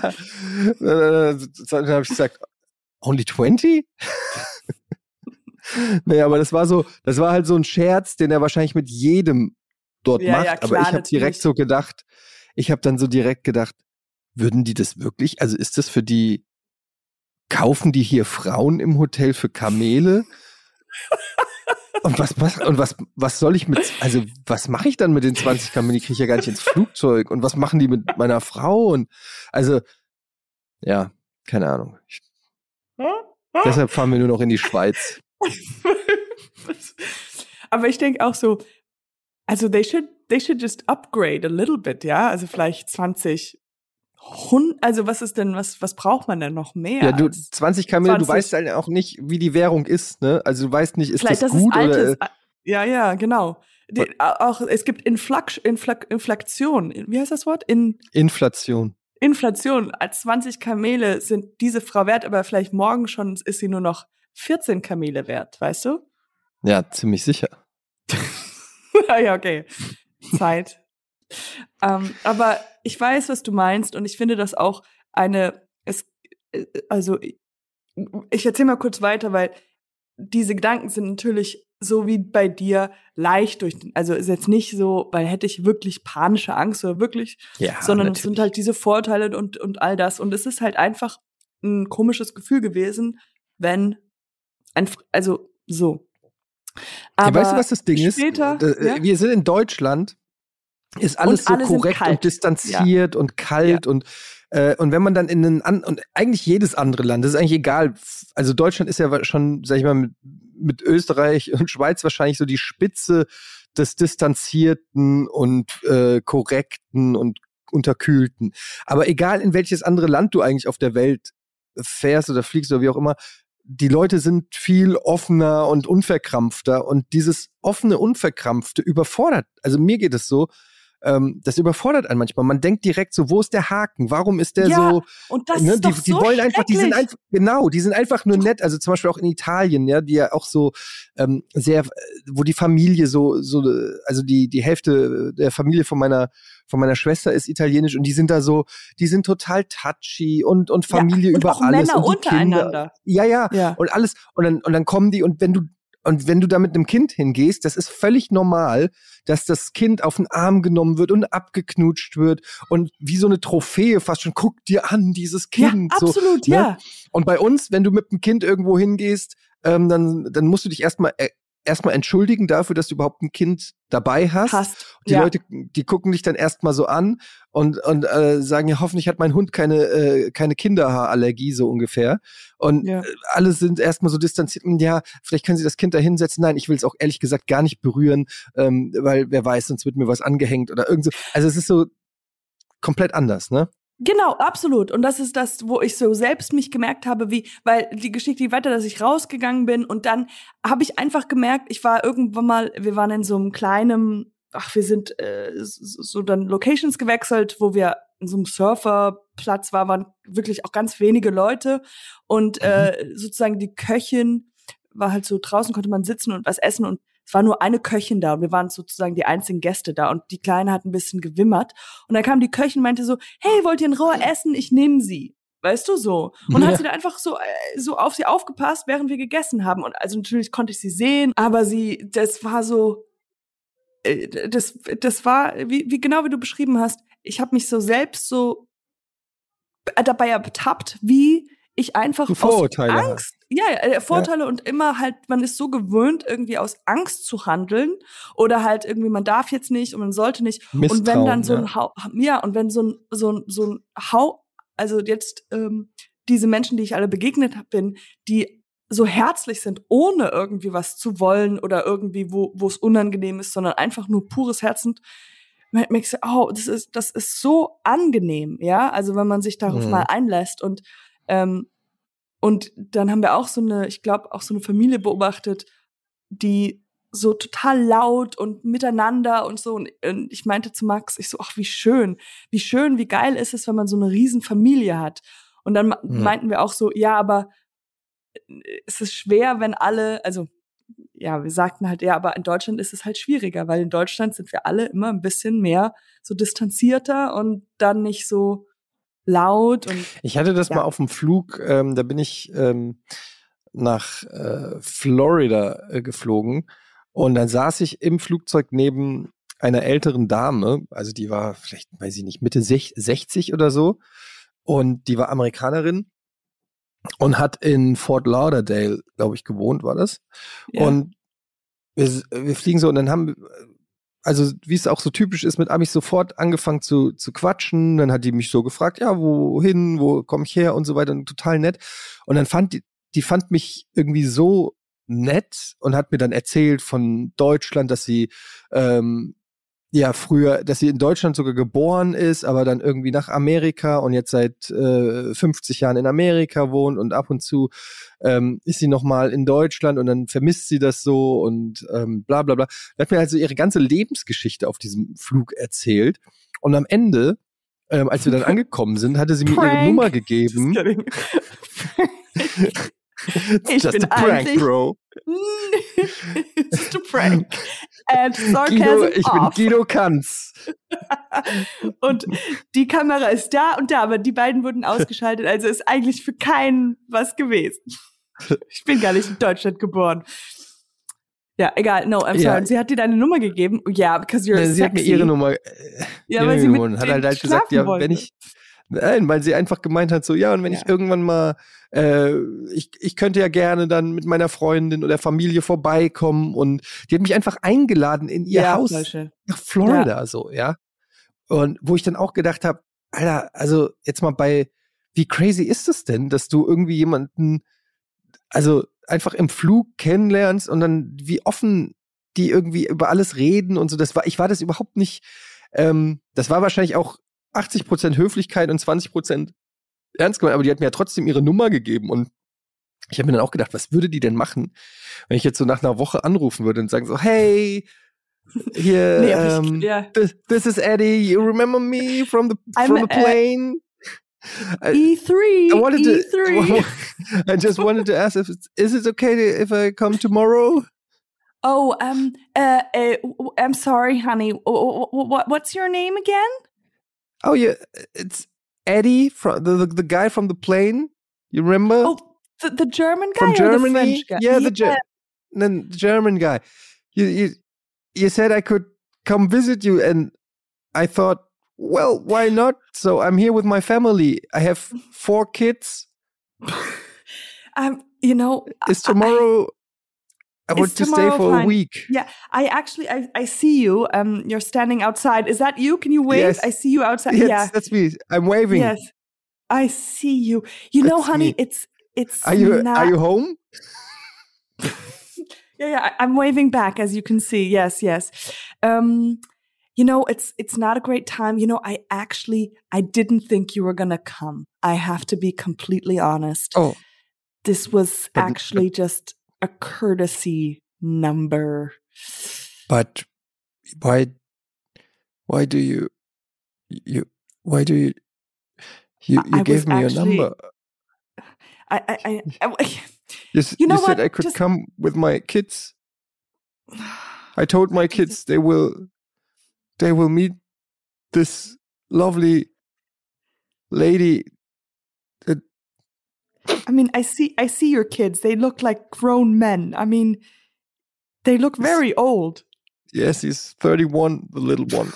so, dann habe ich gesagt, only twenty? Naja, aber das war so, das war halt so ein Scherz, den er wahrscheinlich mit jedem dort ja, macht. Ja, klar, aber ich habe direkt so gedacht, ich habe dann so direkt gedacht, würden die das wirklich, also ist das für die, kaufen die hier Frauen im Hotel für Kamele? Und was, was, und was, was soll ich mit, also was mache ich dann mit den zwanzig Kamelen? Die kriege ich ja gar nicht ins Flugzeug. Und was machen die mit meiner Frau? Und also, ja, keine Ahnung. Ich, deshalb fahren wir nur noch in die Schweiz. Aber ich denke auch so, also they should, they should just upgrade a little bit, ja? Also vielleicht zwanzig Hund, also was ist denn, was, was braucht man denn noch mehr? Ja, du, zwanzig Kamele, du weißt halt auch nicht, wie die Währung ist, ne? Also du weißt nicht, ist vielleicht das, das gut ist altes, oder? Ja, ja, genau. Die, auch, es gibt Influx, Influx, Inflation, wie heißt das Wort? In, Inflation. Inflation. Als zwanzig Kamele sind diese Frau wert, aber vielleicht morgen schon ist sie nur noch vierzehn Kamele wert, weißt du? Ja, ziemlich sicher. Ja, okay. Zeit. ähm, aber ich weiß, was du meinst und ich finde das auch eine, es, also ich erzähle mal kurz weiter, weil diese Gedanken sind natürlich so wie bei dir leicht durch, also ist jetzt nicht so, weil hätte ich wirklich panische Angst oder wirklich, ja, sondern natürlich. Es sind halt diese Vorteile und, und all das und es ist halt einfach ein komisches Gefühl gewesen, wenn ein, also so. Aber ja, weißt du, was das Ding später, ist? Ja? Wir sind in Deutschland, ist alles und so korrekt und distanziert ja. und kalt ja. und äh, und wenn man dann in einen an und eigentlich jedes andere Land, das ist eigentlich egal, also Deutschland ist ja schon, sag ich mal, mit, mit Österreich und Schweiz wahrscheinlich so die Spitze des distanzierten und äh, korrekten und unterkühlten. Aber egal in welches andere Land du eigentlich auf der Welt fährst oder fliegst oder wie auch immer, die Leute sind viel offener und unverkrampfter und dieses offene, unverkrampfte überfordert. Also mir geht es so, ähm, das überfordert einen manchmal. Man denkt direkt so, wo ist der Haken? Warum ist der ja, so? Und das ne, ist die, doch die so wollen einfach, die sind einfach, genau, die sind einfach nur nett. Also zum Beispiel auch in Italien, ja, die ja auch so ähm, sehr, wo die Familie so, so, also die die Hälfte der Familie von meiner von meiner Schwester ist italienisch und die sind da so, die sind total touchy und und Familie ja, und über auch alles Männer und die untereinander. Kinder, ja, ja, ja, und alles und dann und dann kommen die und wenn du Und wenn du da mit einem Kind hingehst, das ist völlig normal, dass das Kind auf den Arm genommen wird und abgeknutscht wird und wie so eine Trophäe fast schon, guck dir an, dieses Kind. Ja, absolut, so, ne? ja. Und bei uns, wenn du mit dem Kind irgendwo hingehst, ähm, dann, dann musst du dich erstmal äh, erstmal entschuldigen dafür, dass du überhaupt ein Kind dabei hast. Hast, die ja. Leute, die gucken dich dann erstmal so an und, und äh, sagen, ja, hoffentlich hat mein Hund keine, äh, keine Kinderhaarallergie, so ungefähr. Und Ja. äh, alle sind erstmal so distanziert, ja, vielleicht können sie das Kind da hinsetzen. Nein, ich will es auch ehrlich gesagt gar nicht berühren, ähm, weil wer weiß, sonst wird mir was angehängt oder irgend so. Also es ist so komplett anders, ne? Genau, absolut. Und das ist das, wo ich so selbst mich gemerkt habe, wie, weil die Geschichte geht weiter, dass ich rausgegangen bin und dann habe ich einfach gemerkt, ich war irgendwann mal, wir waren in so einem kleinen, ach, wir sind äh, so, so dann Locations gewechselt, wo wir in so einem Surferplatz waren, waren wirklich auch ganz wenige Leute und Mhm. äh, sozusagen die Köchin war halt so draußen, konnte man sitzen und was essen und es war nur eine Köchin da und wir waren sozusagen die einzigen Gäste da und die Kleine hat ein bisschen gewimmert und dann kam die Köchin und meinte so, hey, wollt ihr ein Rohr essen? Ich nehme sie. Weißt du, so. Und Ja. hat sie da einfach so, äh, so auf sie aufgepasst, während wir gegessen haben. Und also natürlich konnte ich sie sehen, aber sie, das war so, äh, das, das war, wie, wie genau wie du beschrieben hast, ich habe mich so selbst so dabei ertappt, wie ich einfach aus Vorurteile Angst, ja, äh, Vorteile ja. Und immer halt, man ist so gewöhnt, irgendwie aus Angst zu handeln oder halt irgendwie, man darf jetzt nicht und man sollte nicht. Misstrauen, und wenn dann so ein ja. Hau, ja, und wenn so ein, so ein, so ein Hau, also jetzt ähm, diese Menschen, die ich alle begegnet bin, die so herzlich sind, ohne irgendwie was zu wollen oder irgendwie, wo wo es unangenehm ist, sondern einfach nur pures Herzen. Merkst du, oh, das ist, das ist so angenehm, ja, also wenn man sich darauf Mhm. mal einlässt und ähm, und dann haben wir auch so eine, ich glaube, auch so eine Familie beobachtet, die so total laut und miteinander und so. Und, und ich meinte zu Max, ich so, ach, wie schön, wie schön, wie geil ist es, wenn man so eine riesen Familie hat. Und dann mhm. meinten wir auch so, ja, aber es ist schwer, wenn alle, also ja, wir sagten halt, ja, aber in Deutschland ist es halt schwieriger, weil in Deutschland sind wir alle immer ein bisschen mehr so distanzierter und dann nicht so laut und ich hatte das ja. mal auf dem Flug, ähm, da bin ich ähm, nach äh, Florida äh, geflogen und dann saß ich im Flugzeug neben einer älteren Dame, also die war vielleicht, weiß ich nicht, Mitte sechzig oder so und die war Amerikanerin und hat in Fort Lauderdale, glaube ich, gewohnt, war das. Ja. Und wir, wir fliegen so und dann haben also wie es auch so typisch ist, mit Amis sofort angefangen zu, zu quatschen. Dann hat die mich so gefragt, ja, wohin, wo komme ich her und so weiter. Und total nett. Und dann fand die, die fand mich irgendwie so nett und hat mir dann erzählt von Deutschland, dass sie ähm, ja früher, dass sie in Deutschland sogar geboren ist, aber dann irgendwie nach Amerika und jetzt seit äh, fünfzig Jahren in Amerika wohnt und ab und zu ähm, ist sie nochmal in Deutschland und dann vermisst sie das so und ähm, bla bla bla. Sie hat mir also ihre ganze Lebensgeschichte auf diesem Flug erzählt und am Ende, ähm, als wir dann angekommen sind, hatte sie mir ihre Nummer gegeben. Ich Just bin a prank, eigentlich bro. Just a prank. And sarcasm Guido, ich off. bin Guido Kanz. Und die Kamera ist da und da, aber die beiden wurden ausgeschaltet, also ist eigentlich für keinen was gewesen. Ich bin gar nicht in Deutschland geboren. Ja, egal, no, I'm sorry. Ja. Und sie hat dir deine Nummer gegeben? Ja, yeah, because you're Nein, sexy. sie hat mir ihre Nummer, äh, ja, ihre weil sie mit Nummer und hat halt, halt gesagt, schlafen ja, wollte. wenn ich Nein, weil sie einfach gemeint hat, so, ja, und wenn Ja. ich irgendwann mal, äh, ich, ich könnte ja gerne dann mit meiner Freundin oder Familie vorbeikommen und die hat mich einfach eingeladen in ihr Ja, Haus voll schön. nach Florida, Ja. so, ja. Und wo ich dann auch gedacht habe, Alter, also jetzt mal bei, wie crazy ist es denn, dass du irgendwie jemanden, also einfach im Flug kennenlernst und dann wie offen die irgendwie über alles reden und so, das war, ich war das überhaupt nicht, ähm, das war wahrscheinlich auch achtzig Prozent Höflichkeit und zwanzig Prozent ernst gemeint, aber die hat mir ja trotzdem ihre Nummer gegeben und ich habe mir dann auch gedacht, was würde die denn machen, wenn ich jetzt so nach einer Woche anrufen würde und sagen so, hey, Here, Nee, aber um, ich, ja. this, this is Eddie. You remember me from the I'm, from the uh, plane? E three. I wanted E to. three. I just wanted to ask if it's, is it okay to, if I come tomorrow? Oh, um, uh, uh, I'm sorry, honey. What, what's your name again? Oh yeah, it's Eddie from the, the the guy from the plane. You remember? Oh, the, the German guy from or Germany? the French guy? Yeah, the Ge- then the German guy. You you you said I could come visit you, and I thought, well, why not? So I'm here with my family. I have four kids. um, you know, Is tomorrow? I, I want to stay for fine? a week. Yeah, I actually I, I see you. Um, you're standing outside. Is that you? Can you wave? Yes. I see you outside. Yes, yeah, that's me. I'm waving. Yes, I see you. You know, That's honey, me. it's it's Are you not. are you home? yeah, yeah. I, I'm waving back, as you can see. Yes, yes. Um, you know, it's it's not a great time. You know, I actually I didn't think you were gonna come. I have to be completely honest. Oh, This was but, actually just a courtesy number. But why? Why do you? You why do you? You you I gave was me actually, your number. I I, I, I You, you know you said what? I could Just, come with my kids. I told my kids they will they will meet this lovely lady. That, I mean, I see I see your kids. They look like grown men. I mean, they look very old. yes, he's thirty-one, the little one.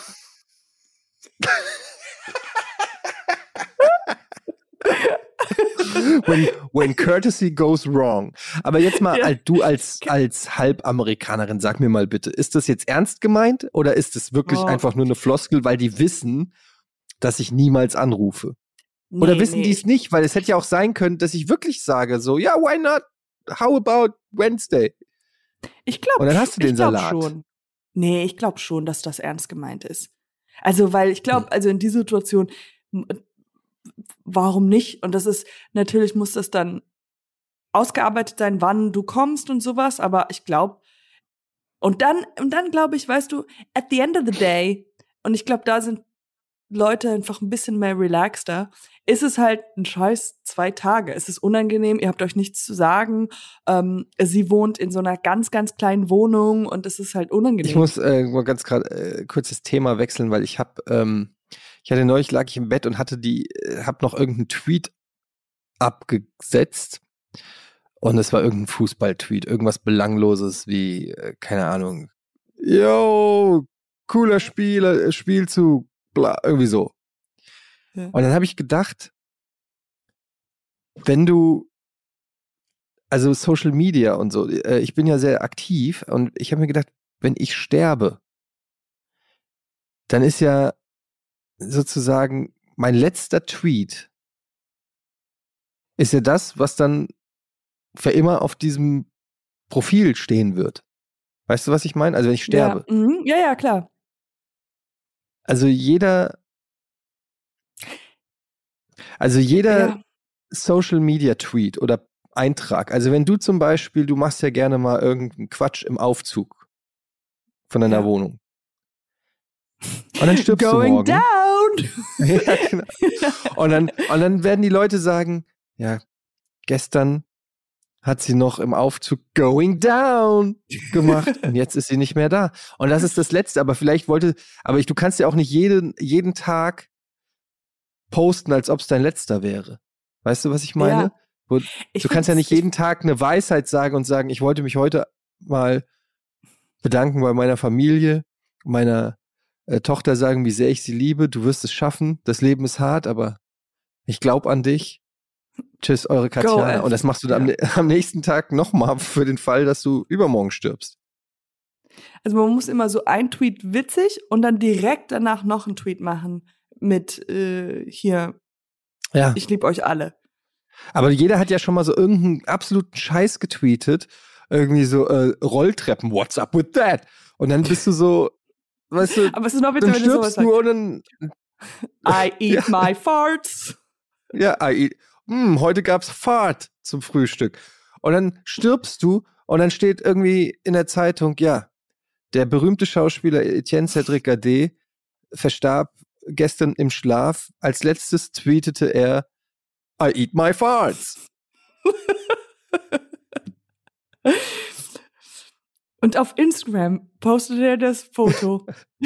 when, when courtesy goes wrong. Aber jetzt mal, Ja. du als, als Halbamerikanerin, sag mir mal bitte, ist das jetzt ernst gemeint oder ist es wirklich Oh. einfach nur eine Floskel, weil die wissen, dass ich niemals anrufe? Oder Nee, wissen nee. die es nicht? Weil es hätte ja auch sein können, dass ich wirklich sage, so, ja, why not? How about Wednesday? Ich glaube Und dann hast du den ich glaub Salat. schon. Nee, ich glaube schon, dass das ernst gemeint ist. Also, weil ich Hm. glaube, also in dieser Situation, m- warum nicht? Und das ist, natürlich muss das dann ausgearbeitet sein, wann du kommst und sowas, aber ich glaube, und dann, und dann glaube ich, weißt du, at the end of the day, und ich glaube, da sind Leute einfach ein bisschen mehr relaxter, ist es halt ein scheiß zwei Tage. Es ist unangenehm, ihr habt euch nichts zu sagen. Ähm, sie wohnt in so einer ganz, ganz kleinen Wohnung und es ist halt unangenehm. Ich muss äh, mal ganz gerade äh, kurz das Thema wechseln, weil ich habe, ähm, ich hatte neulich, lag ich im Bett und hatte die, äh, habe noch irgendeinen Tweet abgesetzt und es war irgendein Fußball-Tweet, irgendwas Belangloses wie, äh, keine Ahnung, yo, cooler Spieler, äh, Spielzug, bla, irgendwie so. Ja. Und dann habe ich gedacht, wenn du, also Social Media und so, äh, ich bin ja sehr aktiv und ich habe mir gedacht, wenn ich sterbe, dann ist ja sozusagen mein letzter Tweet ist ja das, was dann für immer auf diesem Profil stehen wird. Weißt du, was ich meine? Also wenn ich sterbe. Ja, mhm. ja, ja, klar. Also jeder, also jeder Ja. Social Media Tweet oder Eintrag, also wenn du zum Beispiel, du machst ja gerne mal irgendeinen Quatsch im Aufzug von deiner Ja. Wohnung. Und dann stirbst Going du morgen. down! Ja, genau. Und dann, und dann werden die Leute sagen, ja, gestern hat sie noch im Aufzug Going Down gemacht und jetzt ist sie nicht mehr da. Und das ist das Letzte, aber vielleicht wollte, aber ich, du kannst ja auch nicht jeden, jeden Tag posten, als ob es dein letzter wäre. Weißt du, was ich meine? Ja. Wo, Ich du kannst ja find's- nicht jeden Tag eine Weisheit sagen und sagen, ich wollte mich heute mal bedanken bei meiner Familie, meiner äh, Tochter sagen, wie sehr ich sie liebe. Du wirst es schaffen. Das Leben ist hart, aber ich glaube an dich. Tschüss, eure Katjana. F. Und das machst du dann Ja. am, am nächsten Tag nochmal für den Fall, dass du übermorgen stirbst. Also man muss immer so ein Tweet witzig und dann direkt danach noch einen Tweet machen mit äh, hier, Ja. ich liebe euch alle. Aber jeder hat ja schon mal so irgendeinen absoluten Scheiß getweetet. Irgendwie so äh, Rolltreppen, what's up with that? Und dann bist du so, weißt du, Aber es ist noch dann witzig, wenn du sowas stirbst du sagst. und dann, I eat Ja. my farts. ja, I eat, hm, heute gab's Fahrt zum Frühstück. Und dann stirbst du und dann steht irgendwie in der Zeitung, ja, Der berühmte Schauspieler Etienne Cédric Gade verstarb gestern im Schlaf. Als letztes tweetete er, I eat my farts. Und auf Instagram postete er das Foto.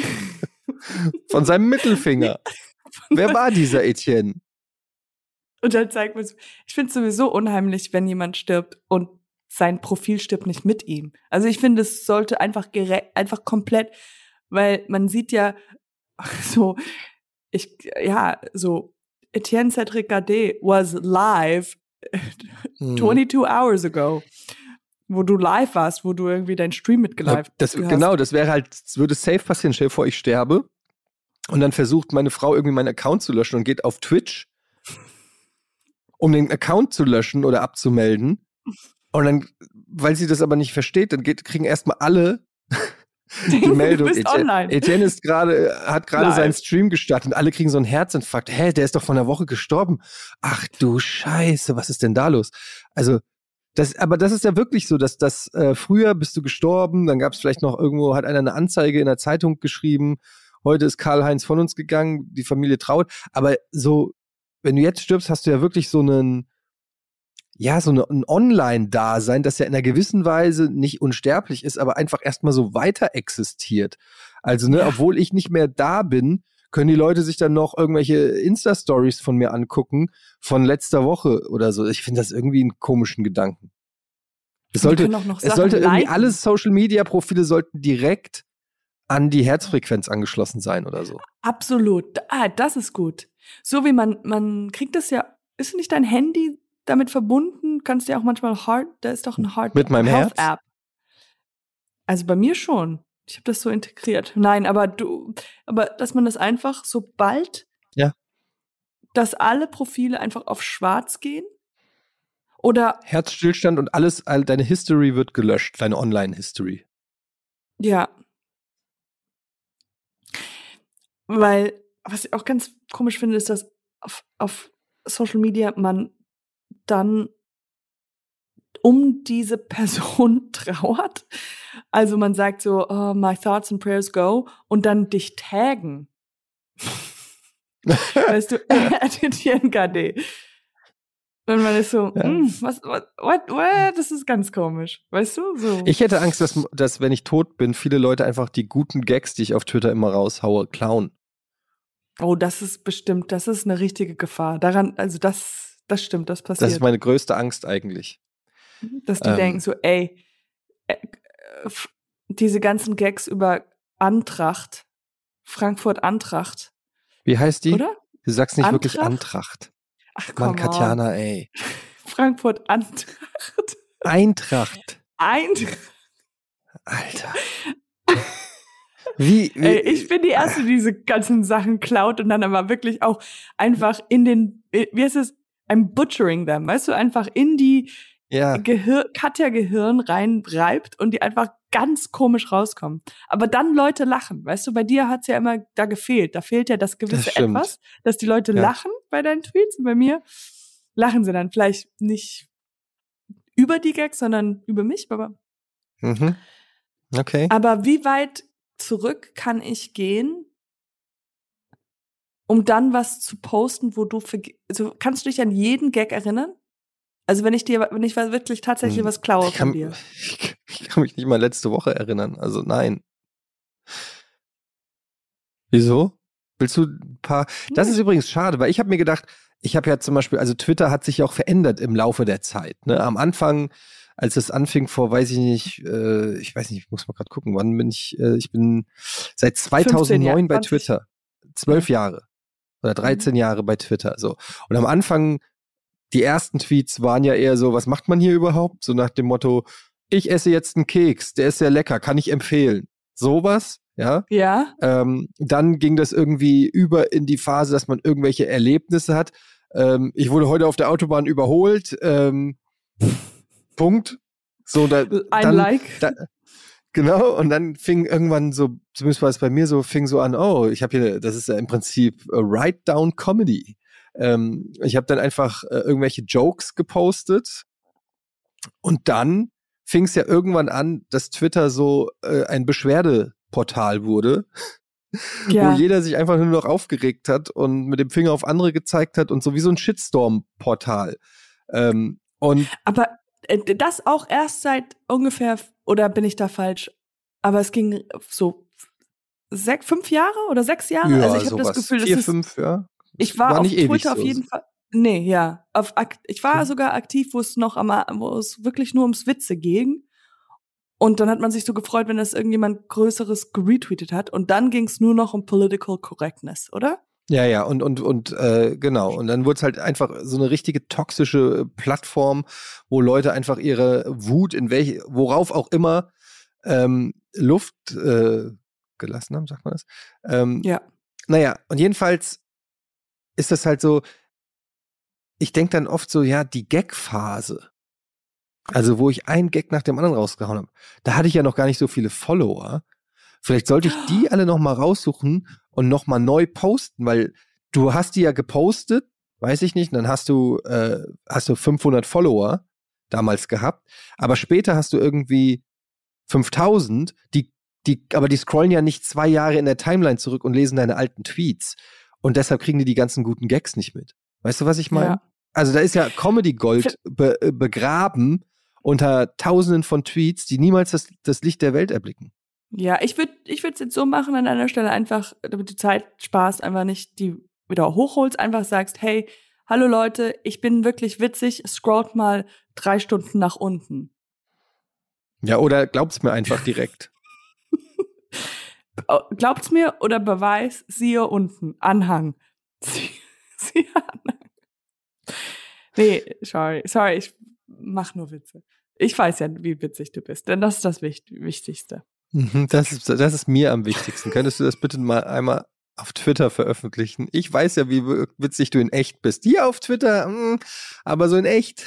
Von seinem Mittelfinger. Wer war dieser Etienne? Und dann zeigt man es. Ich finde es sowieso unheimlich, wenn jemand stirbt und sein Profil stirbt nicht mit ihm. Also ich finde, es sollte einfach gere- einfach komplett, weil man sieht ja so, ich, ja, so, Etienne Cédric Gade was live Hm. twenty-two hours ago, wo du live warst, wo du irgendwie deinen Stream mitgelived das, hast. Genau, das wäre halt, es würde safe passieren. Stell dir vor, ich sterbe und dann versucht meine Frau irgendwie meinen Account zu löschen und geht auf Twitch, um den Account zu löschen oder abzumelden. Und dann, weil sie das aber nicht versteht, dann geht, kriegen erstmal alle die Meldung. Du bist Etienne, online. Etienne ist gerade, hat gerade Live. seinen Stream gestartet und alle kriegen so einen Herzinfarkt. Hä, der ist doch vor einer Woche gestorben. Ach du Scheiße, was ist denn da los? Also, das, aber das ist ja wirklich so, dass das äh, früher bist du gestorben, dann gab es vielleicht noch irgendwo, hat einer eine Anzeige in der Zeitung geschrieben, heute ist Karl-Heinz von uns gegangen, die Familie traut. Aber so, wenn du jetzt stirbst, hast du ja wirklich so einen, ja, so eine, ein Online-Dasein, das ja in einer gewissen Weise nicht unsterblich ist, aber einfach erstmal so weiter existiert. Also, ne, Ja. obwohl ich nicht mehr da bin, können die Leute sich dann noch irgendwelche Insta-Stories von mir angucken, von letzter Woche oder so. Ich finde das irgendwie einen komischen Gedanken. Es Die sollte, können auch noch es Sachen sollte irgendwie liken. alle Social-Media-Profile sollten direkt an die Herzfrequenz angeschlossen sein oder so. Absolut. Ah, das ist gut. So wie man, man kriegt das ja, ist nicht dein Handy damit verbunden? Kannst du ja auch manchmal Heart, da ist doch ein Heart Mit meinem Health Herz? App. Also bei mir schon. Ich habe das so integriert. Nein, aber du, aber dass man das einfach, sobald, Ja. dass alle Profile einfach auf schwarz gehen oder, Herzstillstand und alles, all deine History wird gelöscht, deine Online-History. ja. Weil, was ich auch ganz komisch finde, ist, dass auf, auf Social Media man dann um diese Person trauert. Also man sagt so, oh, my thoughts and prayers go und dann dich taggen. Weißt du, Etienne Gade. Und man ist so, Ja. mm, was, what, what, what, das ist ganz komisch. Weißt du, so. Ich hätte Angst, dass, dass, wenn ich tot bin, viele Leute einfach die guten Gags, die ich auf Twitter immer raushaue, klauen. Oh, das ist bestimmt, das ist eine richtige Gefahr. Daran, also das, das stimmt, das passiert. Das ist meine größte Angst eigentlich. Dass die Ähm. denken so, ey, äh, f- diese ganzen Gags über Antracht, Frankfurt-Antracht, Wie heißt die? oder? Du sagst nicht wirklich Antracht? Antracht. Ach komm, Mann, Katjana, ey. Frankfurt-Antracht. Eintracht. Eintracht. Alter. Wie, wie Ey, ich bin die Erste, die diese ganzen Sachen klaut und dann aber wirklich auch einfach in den, wie heißt es, I'm butchering them, weißt du, einfach in die ja, Gehir- Katja-Gehirn reinreibt und die einfach ganz komisch rauskommen. Aber dann Leute lachen, weißt du, bei dir hat's ja immer da gefehlt. Da fehlt ja das gewisse Das stimmt. Etwas, dass die Leute Ja. lachen bei deinen Tweets und bei mir lachen sie dann vielleicht nicht über die Gags, sondern über mich, aber mhm. Okay. Aber wie weit zurück kann ich gehen, um dann was zu posten, wo du verge- also kannst du dich an jeden Gag erinnern? Also wenn ich dir, wenn ich wirklich tatsächlich Hm. was klaue Ich kann, von dir. ich, ich kann mich nicht mal letzte Woche erinnern. Also nein. Wieso? Willst du ein paar? Das Nee. ist übrigens schade, weil ich habe mir gedacht, ich habe ja zum Beispiel, also Twitter hat sich ja auch verändert im Laufe der Zeit. Ne? Am Anfang, als es anfing vor, weiß ich nicht, äh, ich weiß nicht, ich muss mal gerade gucken, wann bin ich, äh, ich bin seit zweitausendneun bei zwanzig Twitter. Zwölf Jahre. Oder dreizehn Jahre bei Twitter. So. Und am Anfang, die ersten Tweets waren ja eher so, was macht man hier überhaupt? So nach dem Motto, ich esse jetzt einen Keks, der ist sehr lecker, kann ich empfehlen. Sowas, ja. Ja? Ähm, dann ging das irgendwie über in die Phase, dass man irgendwelche Erlebnisse hat. Ähm, ich wurde heute auf der Autobahn überholt. Ähm, Punkt. So, da, Ein dann, Like. Da, genau, und dann fing irgendwann so, zumindest war es bei mir so, fing so an, oh, ich habe hier, das ist ja im Prinzip äh, Write-Down-Comedy. Ähm, ich habe dann einfach äh, irgendwelche Jokes gepostet und dann fing es ja irgendwann an, dass Twitter so äh, ein Beschwerdeportal wurde, ja. wo jeder sich einfach nur noch aufgeregt hat und mit dem Finger auf andere gezeigt hat und so wie so ein Shitstorm-Portal. Ähm, und Aber äh, das auch erst seit ungefähr, oder bin ich da falsch? Aber es ging so sechs, fünf Jahre oder sechs Jahre? Ja, also ich habe das Gefühl, vier, das ist, fünf, ja. Ich war, war auf Twitter auf so. jeden Fall. Nee, ja. Auf, ich war okay. sogar aktiv, wo es noch am, wo es wirklich nur ums Witze ging. Und dann hat man sich so gefreut, wenn das irgendjemand Größeres geretweetet hat. Und dann ging es nur noch um Political Correctness, oder? Ja, ja, und, und, und äh, genau. Und dann wurde es halt einfach so eine richtige toxische Plattform, wo Leute einfach ihre Wut in welche, worauf auch immer ähm, Luft äh, gelassen haben, sagt man das? Ähm, ja. Naja, und jedenfalls ist das halt so, ich denke dann oft so, ja, die Gag-Phase, also wo ich einen Gag nach dem anderen rausgehauen habe, da hatte ich ja noch gar nicht so viele Follower. Vielleicht sollte ich die alle noch mal raussuchen und noch mal neu posten, weil du hast die ja gepostet, weiß ich nicht, und dann hast du, äh, hast du fünfhundert Follower damals gehabt, aber später hast du irgendwie fünftausend, die, die, aber die scrollen ja nicht zwei Jahre in der Timeline zurück und lesen deine alten Tweets. Und deshalb kriegen die die ganzen guten Gags nicht mit. Weißt du, was ich meine? Ja. Also da ist ja Comedy-Gold be- begraben unter Tausenden von Tweets, die niemals das, das Licht der Welt erblicken. Ja, ich würde ich würde es jetzt so machen an einer Stelle einfach, damit du Zeit sparst, einfach nicht die wieder hochholst, einfach sagst, hey, hallo Leute, ich bin wirklich witzig, scrollt mal drei Stunden nach unten. Ja, oder glaubt's mir einfach direkt. Glaubt's mir oder Beweis, siehe unten, Anhang. Sie, siehe Anhang. Nee, sorry, sorry, ich mach nur Witze. Ich weiß ja, wie witzig du bist, denn das ist das Wichtigste. Das ist, das ist mir am wichtigsten. Könntest du das bitte mal einmal auf Twitter veröffentlichen? Ich weiß ja, wie witzig du in echt bist. Hier auf Twitter, mh, aber so in echt.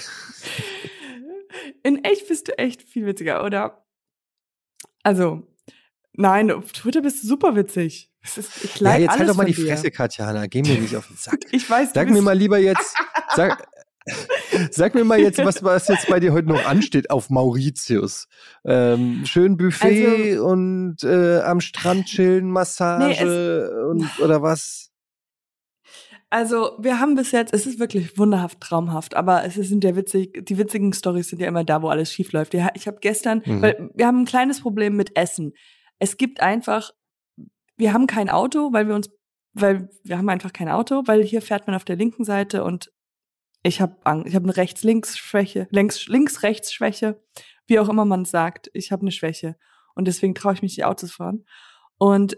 In echt bist du echt viel witziger, oder? Also, nein, auf Twitter bist du super witzig. Das ist, ich like ja, jetzt alles halt doch mal die dir. Fresse, Katjana. Geh mir nicht auf den Sack. Ich weiß, Sag mir mal lieber jetzt, sag, sag mir mal jetzt, was, was jetzt bei dir heute noch ansteht auf Mauritius. Ähm, schön Buffet also, und äh, am Strand chillen, Massage nee, und oder was? Also, wir haben bis jetzt, es ist wirklich wunderhaft, traumhaft, aber es sind ja witzig, die witzigen Storys sind ja immer da, wo alles schief läuft. Ja, ich habe gestern, mhm. weil wir haben ein kleines Problem mit Essen. Es gibt einfach, wir haben kein Auto, weil wir uns, weil wir haben einfach kein Auto, weil hier fährt man auf der linken Seite und ich habe ich habe eine Rechts-Links-Schwäche, Links-Rechts-Schwäche, wie auch immer man sagt. Ich habe eine Schwäche und deswegen traue ich mich nicht, Autos fahren. Und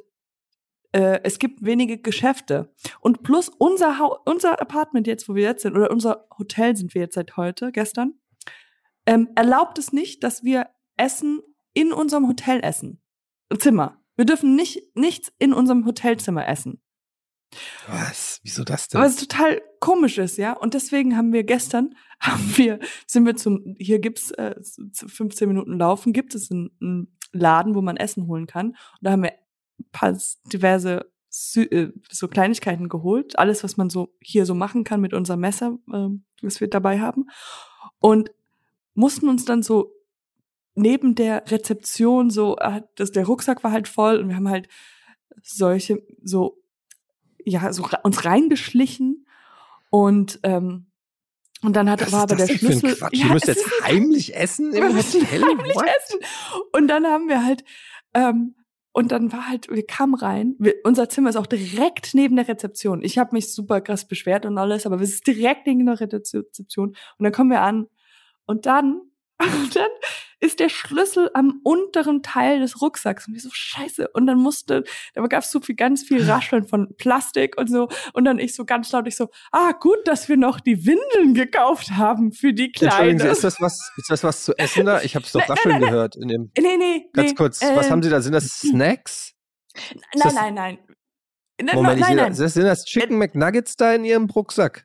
äh, es gibt wenige Geschäfte. Und plus unser ha- unser Apartment jetzt, wo wir jetzt sind, oder unser Hotel sind wir jetzt seit heute, gestern, ähm, erlaubt es nicht, dass wir Essen in unserem Hotel essen. Zimmer. Wir dürfen nicht nichts in unserem Hotelzimmer essen. Was? Wieso das denn? Was es total komisch ist, ja. Und deswegen haben wir gestern, haben wir, sind wir zum, hier gibt's äh, fünfzehn Minuten Laufen, gibt es einen, einen Laden, wo man Essen holen kann. Und da haben wir ein paar diverse so Kleinigkeiten geholt. Alles, was man so hier so machen kann mit unserem Messer, äh, was wir dabei haben. Und mussten uns dann so neben der Rezeption so, äh, das, der Rucksack war halt voll und wir haben halt solche, so ja, so uns reingeschlichen und ähm, und dann hat was war aber der Schlüssel. Quatsch? Ja, du musst jetzt heimlich essen im Hotel. Heimlich essen. Und dann haben wir halt ähm, und dann war halt, wir kamen rein. Wir, unser Zimmer ist auch direkt neben der Rezeption. Ich habe mich super krass beschwert und alles, aber es ist direkt neben der Rezeption. Und dann kommen wir an und dann und dann ist der Schlüssel am unteren Teil des Rucksacks. Und ich so, scheiße. Und dann musste, da gab es so viel, ganz viel Rascheln von Plastik und so. Und dann ich so ganz laut, ich so, ah, gut, dass wir noch die Windeln gekauft haben für die Kleine. Entschuldigen Sie, ist das was, ist das was zu essen da? Ich habe es doch nein, rascheln nein, nein, gehört in dem. Nee, nee, Ganz nee, kurz, äh, was haben Sie da? Sind das Snacks? Nein, das, nein, nein. Moment, nein, ich nein. Da, sind das Chicken McNuggets da in Ihrem Rucksack?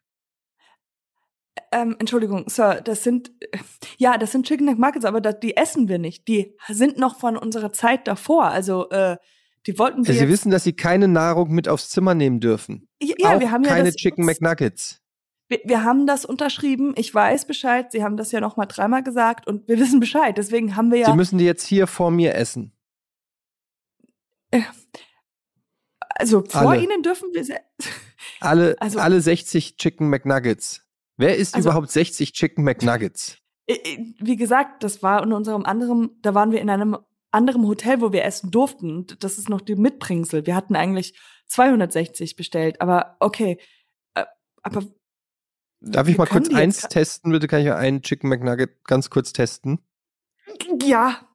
Ähm, Entschuldigung, Sir, das sind, ja, das sind Chicken McNuggets, aber das, die essen wir nicht. Die sind noch von unserer Zeit davor. Also, äh, die wollten wir Sie jetzt wissen, dass Sie keine Nahrung mit aufs Zimmer nehmen dürfen. Ja, ja auch wir haben ja keine das Chicken McNuggets. wir, wir haben das unterschrieben. Ich weiß Bescheid. Sie haben das ja noch mal dreimal gesagt und wir wissen Bescheid. Deswegen haben wir ja. Sie müssen die jetzt hier vor mir essen. Also vor alle. Ihnen dürfen wir. Se- alle, also, alle sechzig Chicken McNuggets. Wer isst also, überhaupt sechzig Chicken McNuggets? Wie gesagt, das war in unserem anderen, da waren wir in einem anderen Hotel, wo wir essen durften. Und das ist noch die Mitbringsel. Wir hatten eigentlich zweihundertsechzig bestellt, aber okay. Aber darf ich mal kurz eins jetzt testen? Bitte kann ich ja einen Chicken McNugget ganz kurz testen? Ja.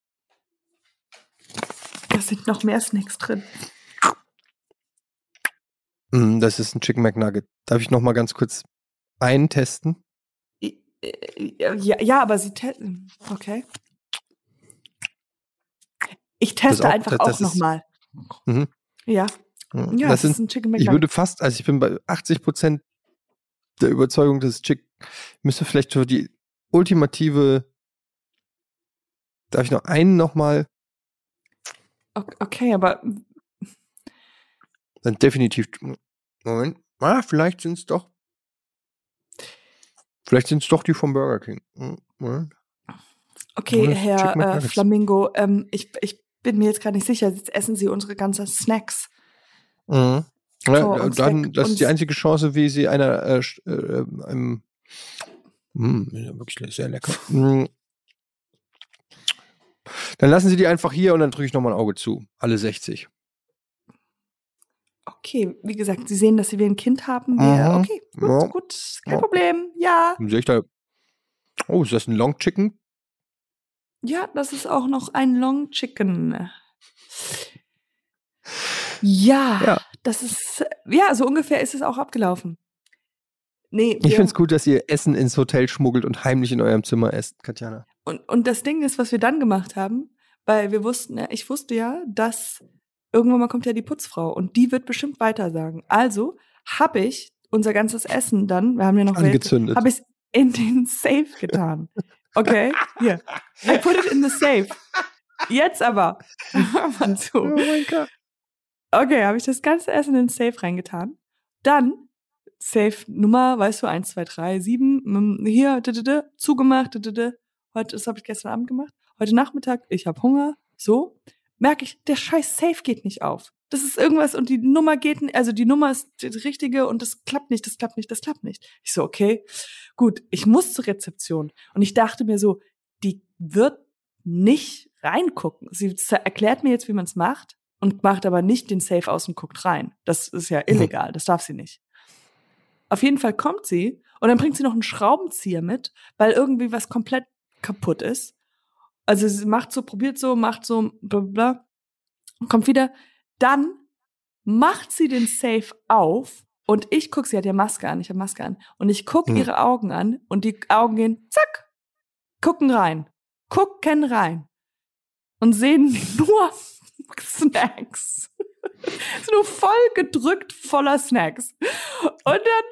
Da sind noch mehr Snacks drin. Mm, das ist ein Chicken McNugget. Darf ich noch mal ganz kurz einen testen? Ja, ja, aber sie testen. Okay. Ich teste auch, einfach das, das auch nochmal. Mhm. Ja. Ja, ja das, das ist sind, ein Chicken McNugget. Ich würde fast, also ich bin bei achtzig Prozent der Überzeugung, dass Chicken müsste vielleicht so die ultimative. Darf ich noch einen nochmal? Okay, aber. Dann definitiv. Moment. Ah, vielleicht sind es doch. Vielleicht sind es doch die vom Burger King. Moment. Okay, Herr äh, Flamingo, ähm, ich, ich bin mir jetzt gar nicht sicher. Jetzt essen Sie unsere ganzen Snacks. Mhm. Ja, dann, das ist die einzige Chance, wie Sie einer äh, äh, einem, mh, wirklich sehr lecker. Mhm. Dann lassen Sie die einfach hier und dann drücke ich nochmal ein Auge zu. Alle sechzig. Okay, wie gesagt, Sie sehen, dass Sie wie ein Kind haben. Wir, mhm. Okay, gut, ja. gut, kein ja. Problem, ja. Sehe ich da. Oh, ist das ein Long Chicken? Ja, das ist auch noch ein Long Chicken. Ja, ja, das ist, ja, so ungefähr ist es auch abgelaufen. Nee, ich finde es gut, dass ihr Essen ins Hotel schmuggelt und heimlich in eurem Zimmer esst, Katjana. Und, und das Ding ist, was wir dann gemacht haben, weil wir wussten, ja, ich wusste ja, dass irgendwann mal kommt ja die Putzfrau und die wird bestimmt weitersagen. Also habe ich unser ganzes Essen dann, wir haben ja noch angezündet, habe ich es in den Safe getan. Okay, hier. I put it in the safe. Jetzt aber. Mann, so. Oh mein Gott. Okay, habe ich das ganze Essen in den Safe reingetan. Dann Safe Nummer, weißt du, eins, zwei, drei, sieben, hier, d -d -d, zugemacht, d -d -d. Heute, das habe ich gestern Abend gemacht. Heute Nachmittag, ich habe Hunger. So, merke ich, der scheiß Safe geht nicht auf. Das ist irgendwas und die Nummer geht nicht, also die Nummer ist die richtige und das klappt nicht, das klappt nicht, das klappt nicht. Ich so, okay, gut, ich muss zur Rezeption. Und ich dachte mir so, die wird nicht reingucken. Sie erklärt mir jetzt, wie man es macht und macht aber nicht den Safe aus und guckt rein. Das ist ja illegal, das darf sie nicht. Auf jeden Fall kommt sie und dann bringt sie noch einen Schraubenzieher mit, weil irgendwie was komplett kaputt ist. Also sie macht so, probiert so, macht so, bla bla, kommt wieder. Dann macht sie den Safe auf und ich gucke, sie hat ja Maske an, ich habe Maske an. Und ich gucke mhm. ihre Augen an und die Augen gehen, zack, gucken rein, gucken rein und sehen nur Snacks. Ist nur voll gedrückt voller Snacks. Und dann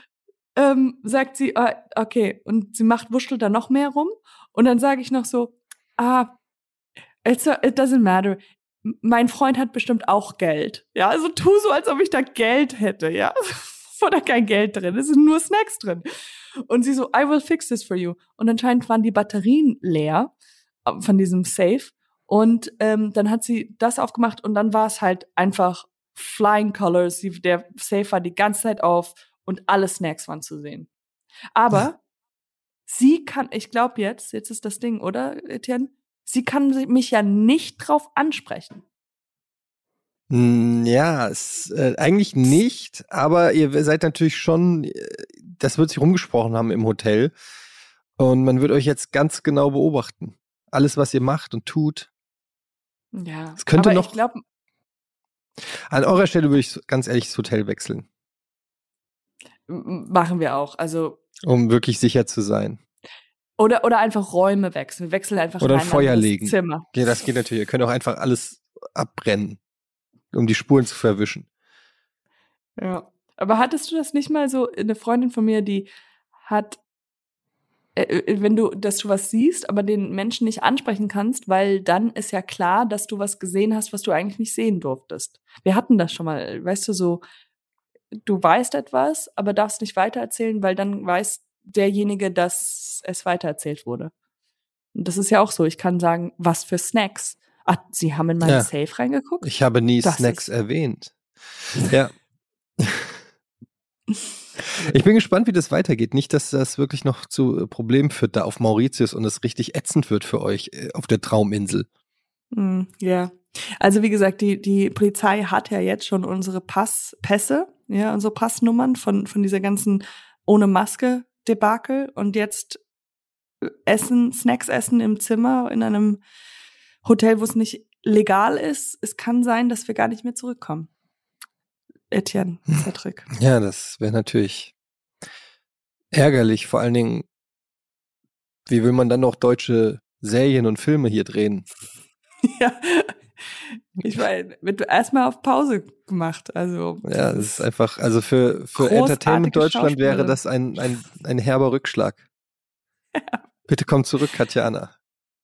ähm, sagt sie, oh, okay, und sie macht, wurschtelt da noch mehr rum. Und dann sage ich noch so, ah, it's a, it doesn't matter. Mein Freund hat bestimmt auch Geld. Ja, also tu so, als ob ich da Geld hätte, ja. Wo da kein Geld drin ist, sind nur Snacks drin. Und sie so, I will fix this for you. Und anscheinend waren die Batterien leer von diesem Safe. Und ähm, dann hat sie das aufgemacht und dann war es halt einfach Flying Colors. Der Safe war die ganze Zeit auf und alle Snacks waren zu sehen. Aber sie kann, ich glaube jetzt, jetzt ist das Ding, oder, Etienne? Sie kann mich ja nicht drauf ansprechen. Ja, es, äh, eigentlich nicht, aber ihr seid natürlich schon, das wird sich rumgesprochen haben im Hotel und man wird euch jetzt ganz genau beobachten. Alles, was ihr macht und tut. Ja, es könnte aber noch, ich glaube, an eurer Stelle würde ich ganz ehrlich das Hotel wechseln. Machen wir auch, also. Um wirklich sicher zu sein. Oder, oder einfach Räume wechseln. Wir wechseln einfach oder rein ein Feuer legen. Zimmer. Ja, das geht natürlich. Ihr könnt auch einfach alles abbrennen, um die Spuren zu verwischen. Ja. Aber hattest du das nicht mal so, eine Freundin von mir, die hat, äh, wenn du, dass du was siehst, aber den Menschen nicht ansprechen kannst, weil dann ist ja klar, dass du was gesehen hast, was du eigentlich nicht sehen durftest. Wir hatten das schon mal, weißt du, so du weißt etwas, aber darfst nicht weitererzählen, weil dann weiß derjenige, dass es weitererzählt wurde. Und das ist ja auch so. Ich kann sagen, was für Snacks. Ach, Sie haben in meinen Ja. Safe reingeguckt? Ich habe nie Das Snacks ist- erwähnt. Ja. Ich bin gespannt, wie das weitergeht. Nicht, dass das wirklich noch zu Problemen führt da auf Mauritius und es richtig ätzend wird für euch äh, auf der Trauminsel. Mm, ja. Also wie gesagt, die, die Polizei hat ja jetzt schon unsere Pass, Pässe, ja, unsere Passnummern von, von dieser ganzen ohne Maske Debakel und jetzt essen, Snacks essen im Zimmer in einem Hotel, wo es nicht legal ist. Es kann sein, dass wir gar nicht mehr zurückkommen. Etienne, Cedric. Ja, das wäre natürlich ärgerlich. Vor allen Dingen, wie will man dann noch deutsche Serien und Filme hier drehen? Ja. Ich meine, wird erstmal auf Pause gemacht. Also Ja, das ist einfach, also für, für Großartige Entertainment Deutschland wäre Schauspielerin. das ein, ein, ein herber Rückschlag. Ja. Bitte komm zurück, Katjana.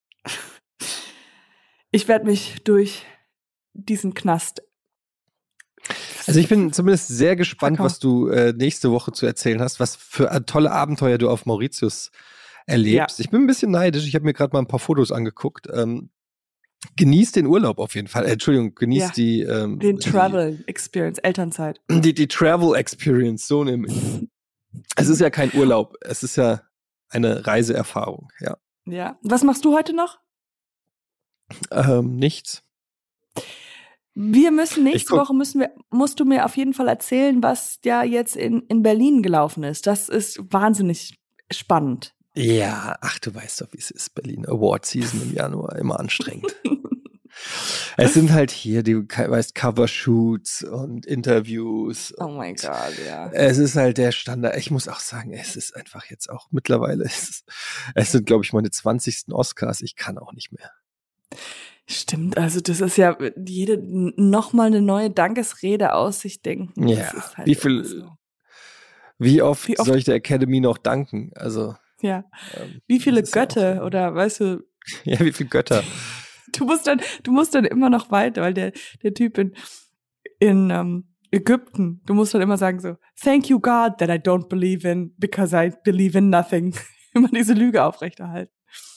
Ich werde mich durch diesen Knast. Also ich bin zumindest sehr gespannt, Verkauft. was du äh, nächste Woche zu erzählen hast, was für äh, tolle Abenteuer du auf Mauritius erlebst. Ja. Ich bin ein bisschen neidisch. Ich habe mir gerade mal ein paar Fotos angeguckt. Ähm, genieß den Urlaub auf jeden Fall. Äh, Entschuldigung, genieß Ja. die, ähm, Den Travel Experience, Elternzeit. die, die die Travel Experience, so nämlich. Es ist ja kein Urlaub, es ist ja eine Reiseerfahrung. Ja, Ja. Was machst du heute noch? ähm, nichts. Wir müssen Ich nächste guck- Woche müssen wir musst du mir auf jeden Fall erzählen, was ja jetzt in in Berlin gelaufen ist. Das ist wahnsinnig spannend. Ja, ach, du weißt doch, wie es ist. Berlin Award Season im Januar, immer anstrengend. Es sind halt hier, du weißt, Covershoots und Interviews. Oh mein und Gott, ja. Es ist halt der Standard. Ich muss auch sagen, es ist einfach jetzt auch mittlerweile, es, ist, es sind, glaube ich, meine zwanzigsten Oscars. Ich kann auch nicht mehr. Stimmt, also das ist ja jede nochmal eine neue Dankesrede aus sich denken. Ja, Das ist halt wie viel- so. Wie oft, Wie oft- soll ich der Academy noch danken? Also, Ja. ähm, Wie viele das ist ja auch Götter so. oder weißt du, Ja, wie viele Götter? du musst dann, du musst dann immer noch weiter, weil der, der Typ in, in ähm, Ägypten, du musst dann immer sagen so, thank you God that I don't believe in, because I believe in nothing. Immer diese Lüge aufrechterhalten.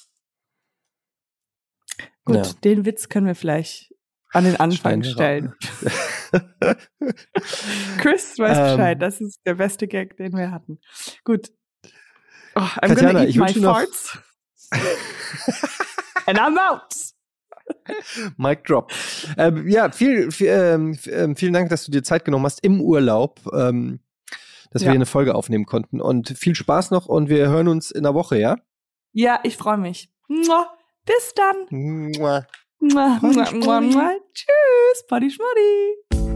Gut, Ja. den Witz können wir vielleicht an den Anfang Schneiden stellen. wir Chris weiß Ähm. Bescheid, das ist der beste Gag, den wir hatten. Gut. Oh, I'm Katjana, gonna eat ich my wünsche noch- farts. And I'm out. Mic drop. Ähm, ja, viel, viel, ähm, f- ähm, vielen Dank, dass du dir Zeit genommen hast im Urlaub, ähm, dass wir Ja. hier eine Folge aufnehmen konnten. Und viel Spaß noch und wir hören uns in der Woche, ja? Ja, ich freue mich. Mua. Bis dann. Mua. Mua, Party mua, mua, Schmoddi. mua. Tschüss. Party Schmoddi.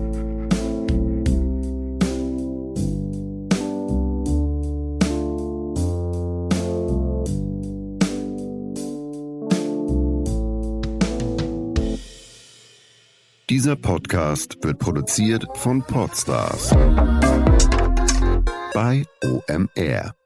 Dieser Podcast wird produziert von Podstars bei O M R.